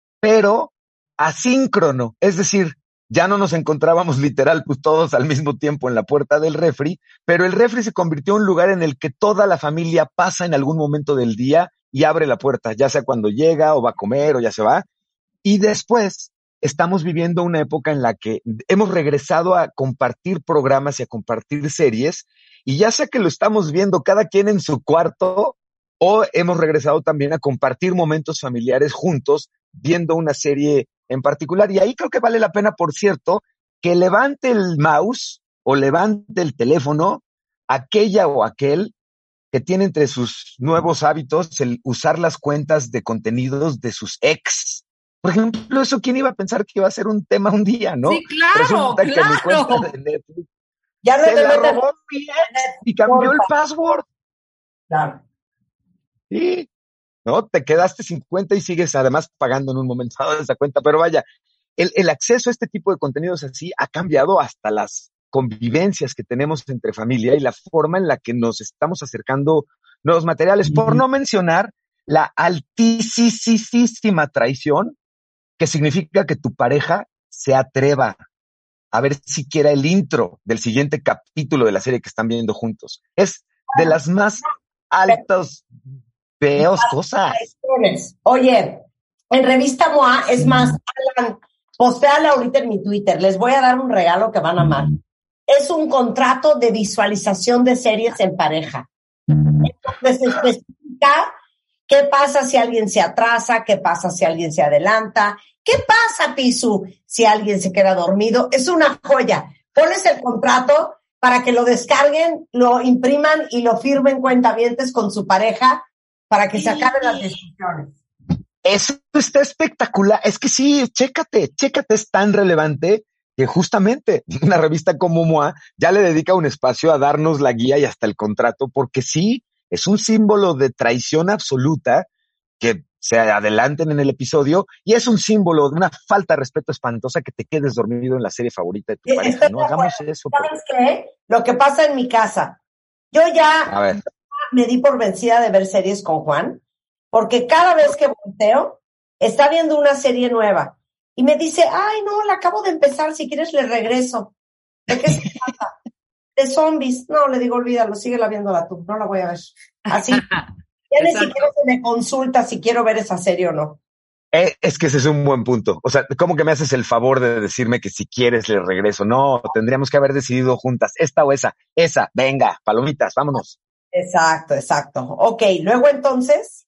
pero asíncrono, es decir, ya no nos encontrábamos literal pues todos al mismo tiempo en la puerta del refri, pero el refri se convirtió en un lugar en el que toda la familia pasa en algún momento del día y abre la puerta, ya sea cuando llega o va a comer o ya se va. Y después estamos viviendo una época en la que hemos regresado a compartir programas y a compartir series, y ya sea que lo estamos viendo cada quien en su cuarto o hemos regresado también a compartir momentos familiares juntos viendo una serie en particular. Y ahí creo que vale la pena, por cierto, que levante el mouse o levante el teléfono aquella o aquel que tiene entre sus nuevos hábitos el usar las cuentas de contenidos de sus ex. Por ejemplo, eso, ¿quién iba a pensar que iba a ser un tema un día, no? Sí, claro, Resulta que mi claro. cuenta de Netflix Ya no se te la metas- robó mi ex y cambió el password. Claro. Sí, ¿no? Te quedaste sin cuenta y sigues además pagando en un momento dado esa cuenta. Pero vaya, el, el acceso a este tipo de contenidos así ha cambiado hasta las convivencias que tenemos entre familia y la forma en la que nos estamos acercando nuevos materiales. Por no mencionar la altísima traición que significa que tu pareja se atreva a ver siquiera el intro del siguiente capítulo de la serie que están viendo juntos. Es de las más altas, peos cosas. Oye, en Revista M O A, es más, Alan, postéala ahorita en mi Twitter, les voy a dar un regalo que van a amar. Es un contrato de visualización de series en pareja. Entonces se especifica qué pasa si alguien se atrasa, qué pasa si alguien se adelanta, qué pasa, Pisu, si alguien se queda dormido. Es una joya. Pones el contrato para que lo descarguen, lo impriman y lo firmen cuentavientes con su pareja para que se acaben las discusiones. Eso está espectacular. Es que sí, chécate, chécate, es tan relevante que justamente una revista como M O A ya le dedica un espacio a darnos la guía y hasta el contrato, porque sí, es un símbolo de traición absoluta que se adelanten en el episodio y es un símbolo de una falta de respeto espantosa que te quedes dormido en la serie favorita de tu Sí, pareja. estoy No de hagamos acuerdo. eso. por- ¿Sabes qué? Lo que pasa en mi casa. Yo ya A ver, me di por vencida de ver series con Juan, porque cada vez que volteo, está viendo una serie nueva y me dice, ay, no, la acabo de empezar, si quieres le regreso. ¿De qué se trata? De zombies. No, le digo, olvídalo, síguela viéndola tú, no la voy a ver. Así, ya ni Exacto. siquiera se me consulta si quiero ver esa serie o no. eh, es que ese es un buen punto. O sea, ¿cómo que me haces el favor de decirme que si quieres le regreso? No, tendríamos que haber decidido juntas, esta o esa. Esa, venga, palomitas, vámonos. Exacto, exacto. Ok, luego entonces,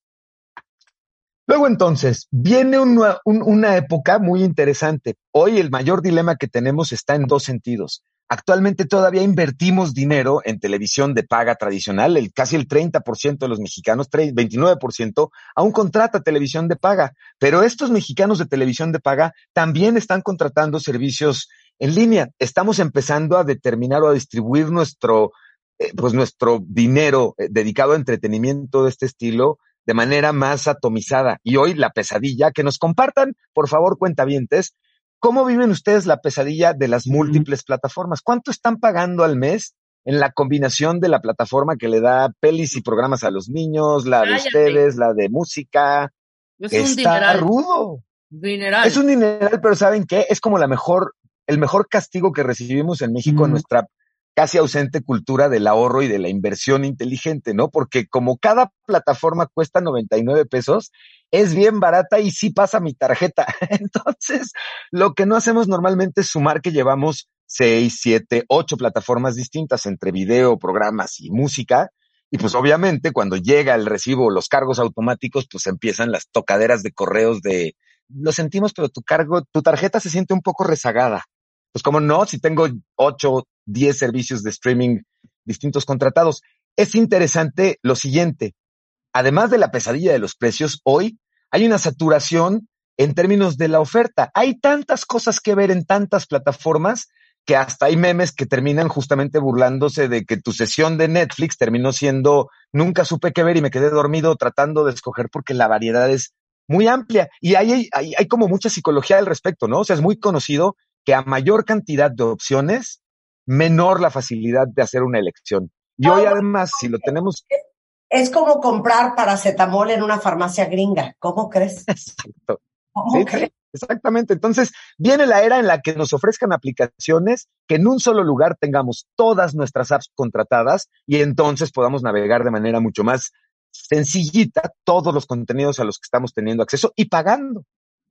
Luego entonces, viene una, un- una época muy interesante. Hoy el mayor dilema que tenemos está en dos sentidos. Actualmente todavía invertimos dinero en televisión de paga tradicional. El, casi el treinta por ciento de los mexicanos, tre- veintinueve por ciento, aún contrata televisión de paga. Pero estos mexicanos de televisión de paga también están contratando servicios en línea. Estamos empezando a determinar o a distribuir nuestro, eh, pues nuestro dinero eh, dedicado a entretenimiento de este estilo de manera más atomizada. Y hoy la pesadilla, que nos compartan, por favor, cuentavientes, ¿cómo viven ustedes la pesadilla de las múltiples plataformas? ¿Cuánto están pagando al mes en la combinación de la plataforma que le da pelis y programas a los niños, la de Cállate. ustedes, la de música? Es un Está dineral. rudo. Dineral. Es un dineral, pero ¿saben qué? Es como la mejor, el mejor castigo que recibimos en México en nuestra casi ausente cultura del ahorro y de la inversión inteligente, ¿no? Porque como cada plataforma cuesta noventa y nueve pesos, es bien barata y sí pasa mi tarjeta. Entonces, lo que no hacemos normalmente es sumar que llevamos seis, siete, ocho plataformas distintas entre video, programas y música. Y pues obviamente cuando llega el recibo, los cargos automáticos, pues empiezan las tocaderas de correos de, lo sentimos, pero tu cargo, tu tarjeta se siente un poco rezagada. Pues como no, si tengo ocho, diez servicios de streaming distintos contratados. Es interesante lo siguiente. Además de la pesadilla de los precios, hoy hay una saturación en términos de la oferta. Hay tantas cosas que ver en tantas plataformas que hasta hay memes que terminan justamente burlándose de que tu sesión de Netflix terminó siendo nunca supe qué ver y me quedé dormido tratando de escoger porque la variedad es muy amplia. Y hay, hay, hay como mucha psicología al respecto, ¿no? O sea, es muy conocido que a mayor cantidad de opciones, menor la facilidad de hacer una elección. Y hoy además, si lo tenemos... es como comprar paracetamol en una farmacia gringa. ¿Cómo crees? Exacto. ¿Cómo Sí, crees? sí, exactamente. Entonces, viene la era en la que nos ofrezcan aplicaciones que en un solo lugar tengamos todas nuestras apps contratadas y entonces podamos navegar de manera mucho más sencillita todos los contenidos a los que estamos teniendo acceso y pagando.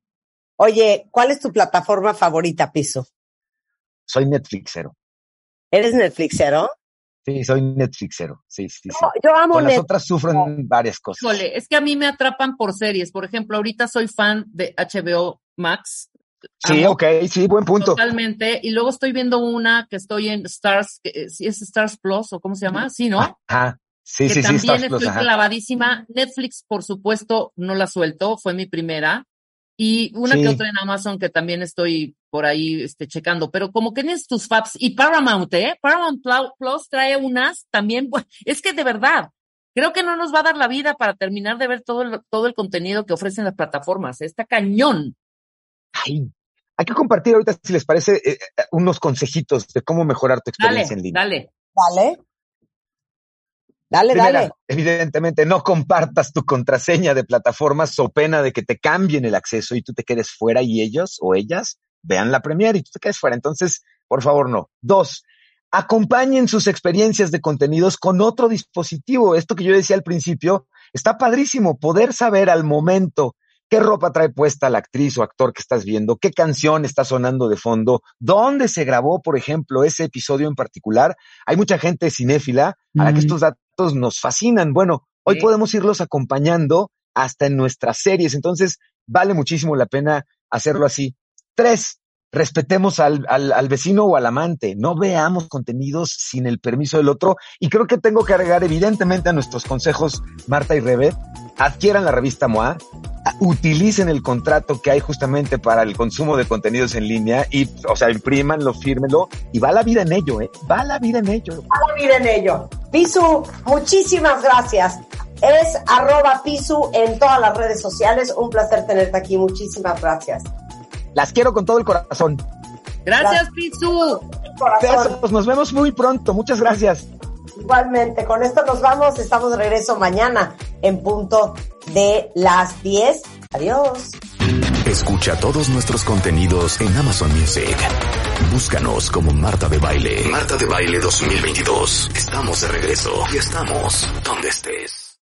Oye, ¿cuál es tu plataforma favorita, Piso? Soy Netflixero. ¿Eres Netflixero? Sí, soy Netflixero. Sí, sí, sí. Yo, yo amo Con las Netflix. otras sufro en varias cosas. Híjole, es que a mí me atrapan por series. Por ejemplo, ahorita soy fan de H B O Max. Sí, Amo ok, sí, buen punto. totalmente. Y luego estoy viendo una que estoy en Stars, que, eh, ¿sí es Stars Plus o cómo se llama? Sí, ¿no? Ajá. Sí, que sí, sí, también Stars estoy Plus, ajá. clavadísima. Netflix, por supuesto, no la suelto, fue mi primera. Y una Sí. que otra en Amazon que también estoy por ahí este, checando. Pero como que tienes tus faps. Y Paramount, ¿eh? Paramount Plu- Plus trae unas también. Pues, es que de verdad, creo que no nos va a dar la vida para terminar de ver todo el, todo el contenido que ofrecen las plataformas. Está cañón. Ay, hay que compartir ahorita, si les parece, eh, eh, unos consejitos de cómo mejorar tu Dale, experiencia en línea. dale. Dale. Dale, Primera, dale. evidentemente, no compartas tu contraseña de plataformas so pena de que te cambien el acceso y tú te quedes fuera y ellos o ellas vean la premier y tú te quedes fuera. Entonces, por favor, no. Dos, acompañen sus experiencias de contenidos con otro dispositivo. Esto que yo decía al principio, está padrísimo poder saber al momento qué ropa trae puesta la actriz o actor que estás viendo, qué canción está sonando de fondo, dónde se grabó, por ejemplo, ese episodio en particular. Hay mucha gente cinéfila a la que estos datos nos fascinan. Bueno, hoy Sí. podemos irlos acompañando hasta en nuestras series. Entonces, vale muchísimo la pena hacerlo así. Tres, respetemos al, al, al vecino o al amante. No veamos contenidos sin el permiso del otro. Y creo que tengo que agregar evidentemente a nuestros consejos, Marta y Rebe, adquieran la revista M O A, utilicen el contrato que hay justamente para el consumo de contenidos en línea y, o sea, imprímanlo, fírmenlo y va la vida en ello, ¿eh? Va la vida en ello. Va la vida en ello. Pisu, muchísimas gracias. Es arroba Pisu en todas las redes sociales. Un placer tenerte aquí. Muchísimas gracias. Las quiero con todo el corazón. Gracias, Pisu. Besos, nos vemos muy pronto. Muchas gracias. Igualmente, con esto nos vamos. Estamos de regreso mañana en punto de las diez. Adiós. Escucha todos nuestros contenidos en Amazon Music. Búscanos como Marta de Baile. Marta de Baile dos mil veintidós. Estamos de regreso y estamos donde estés.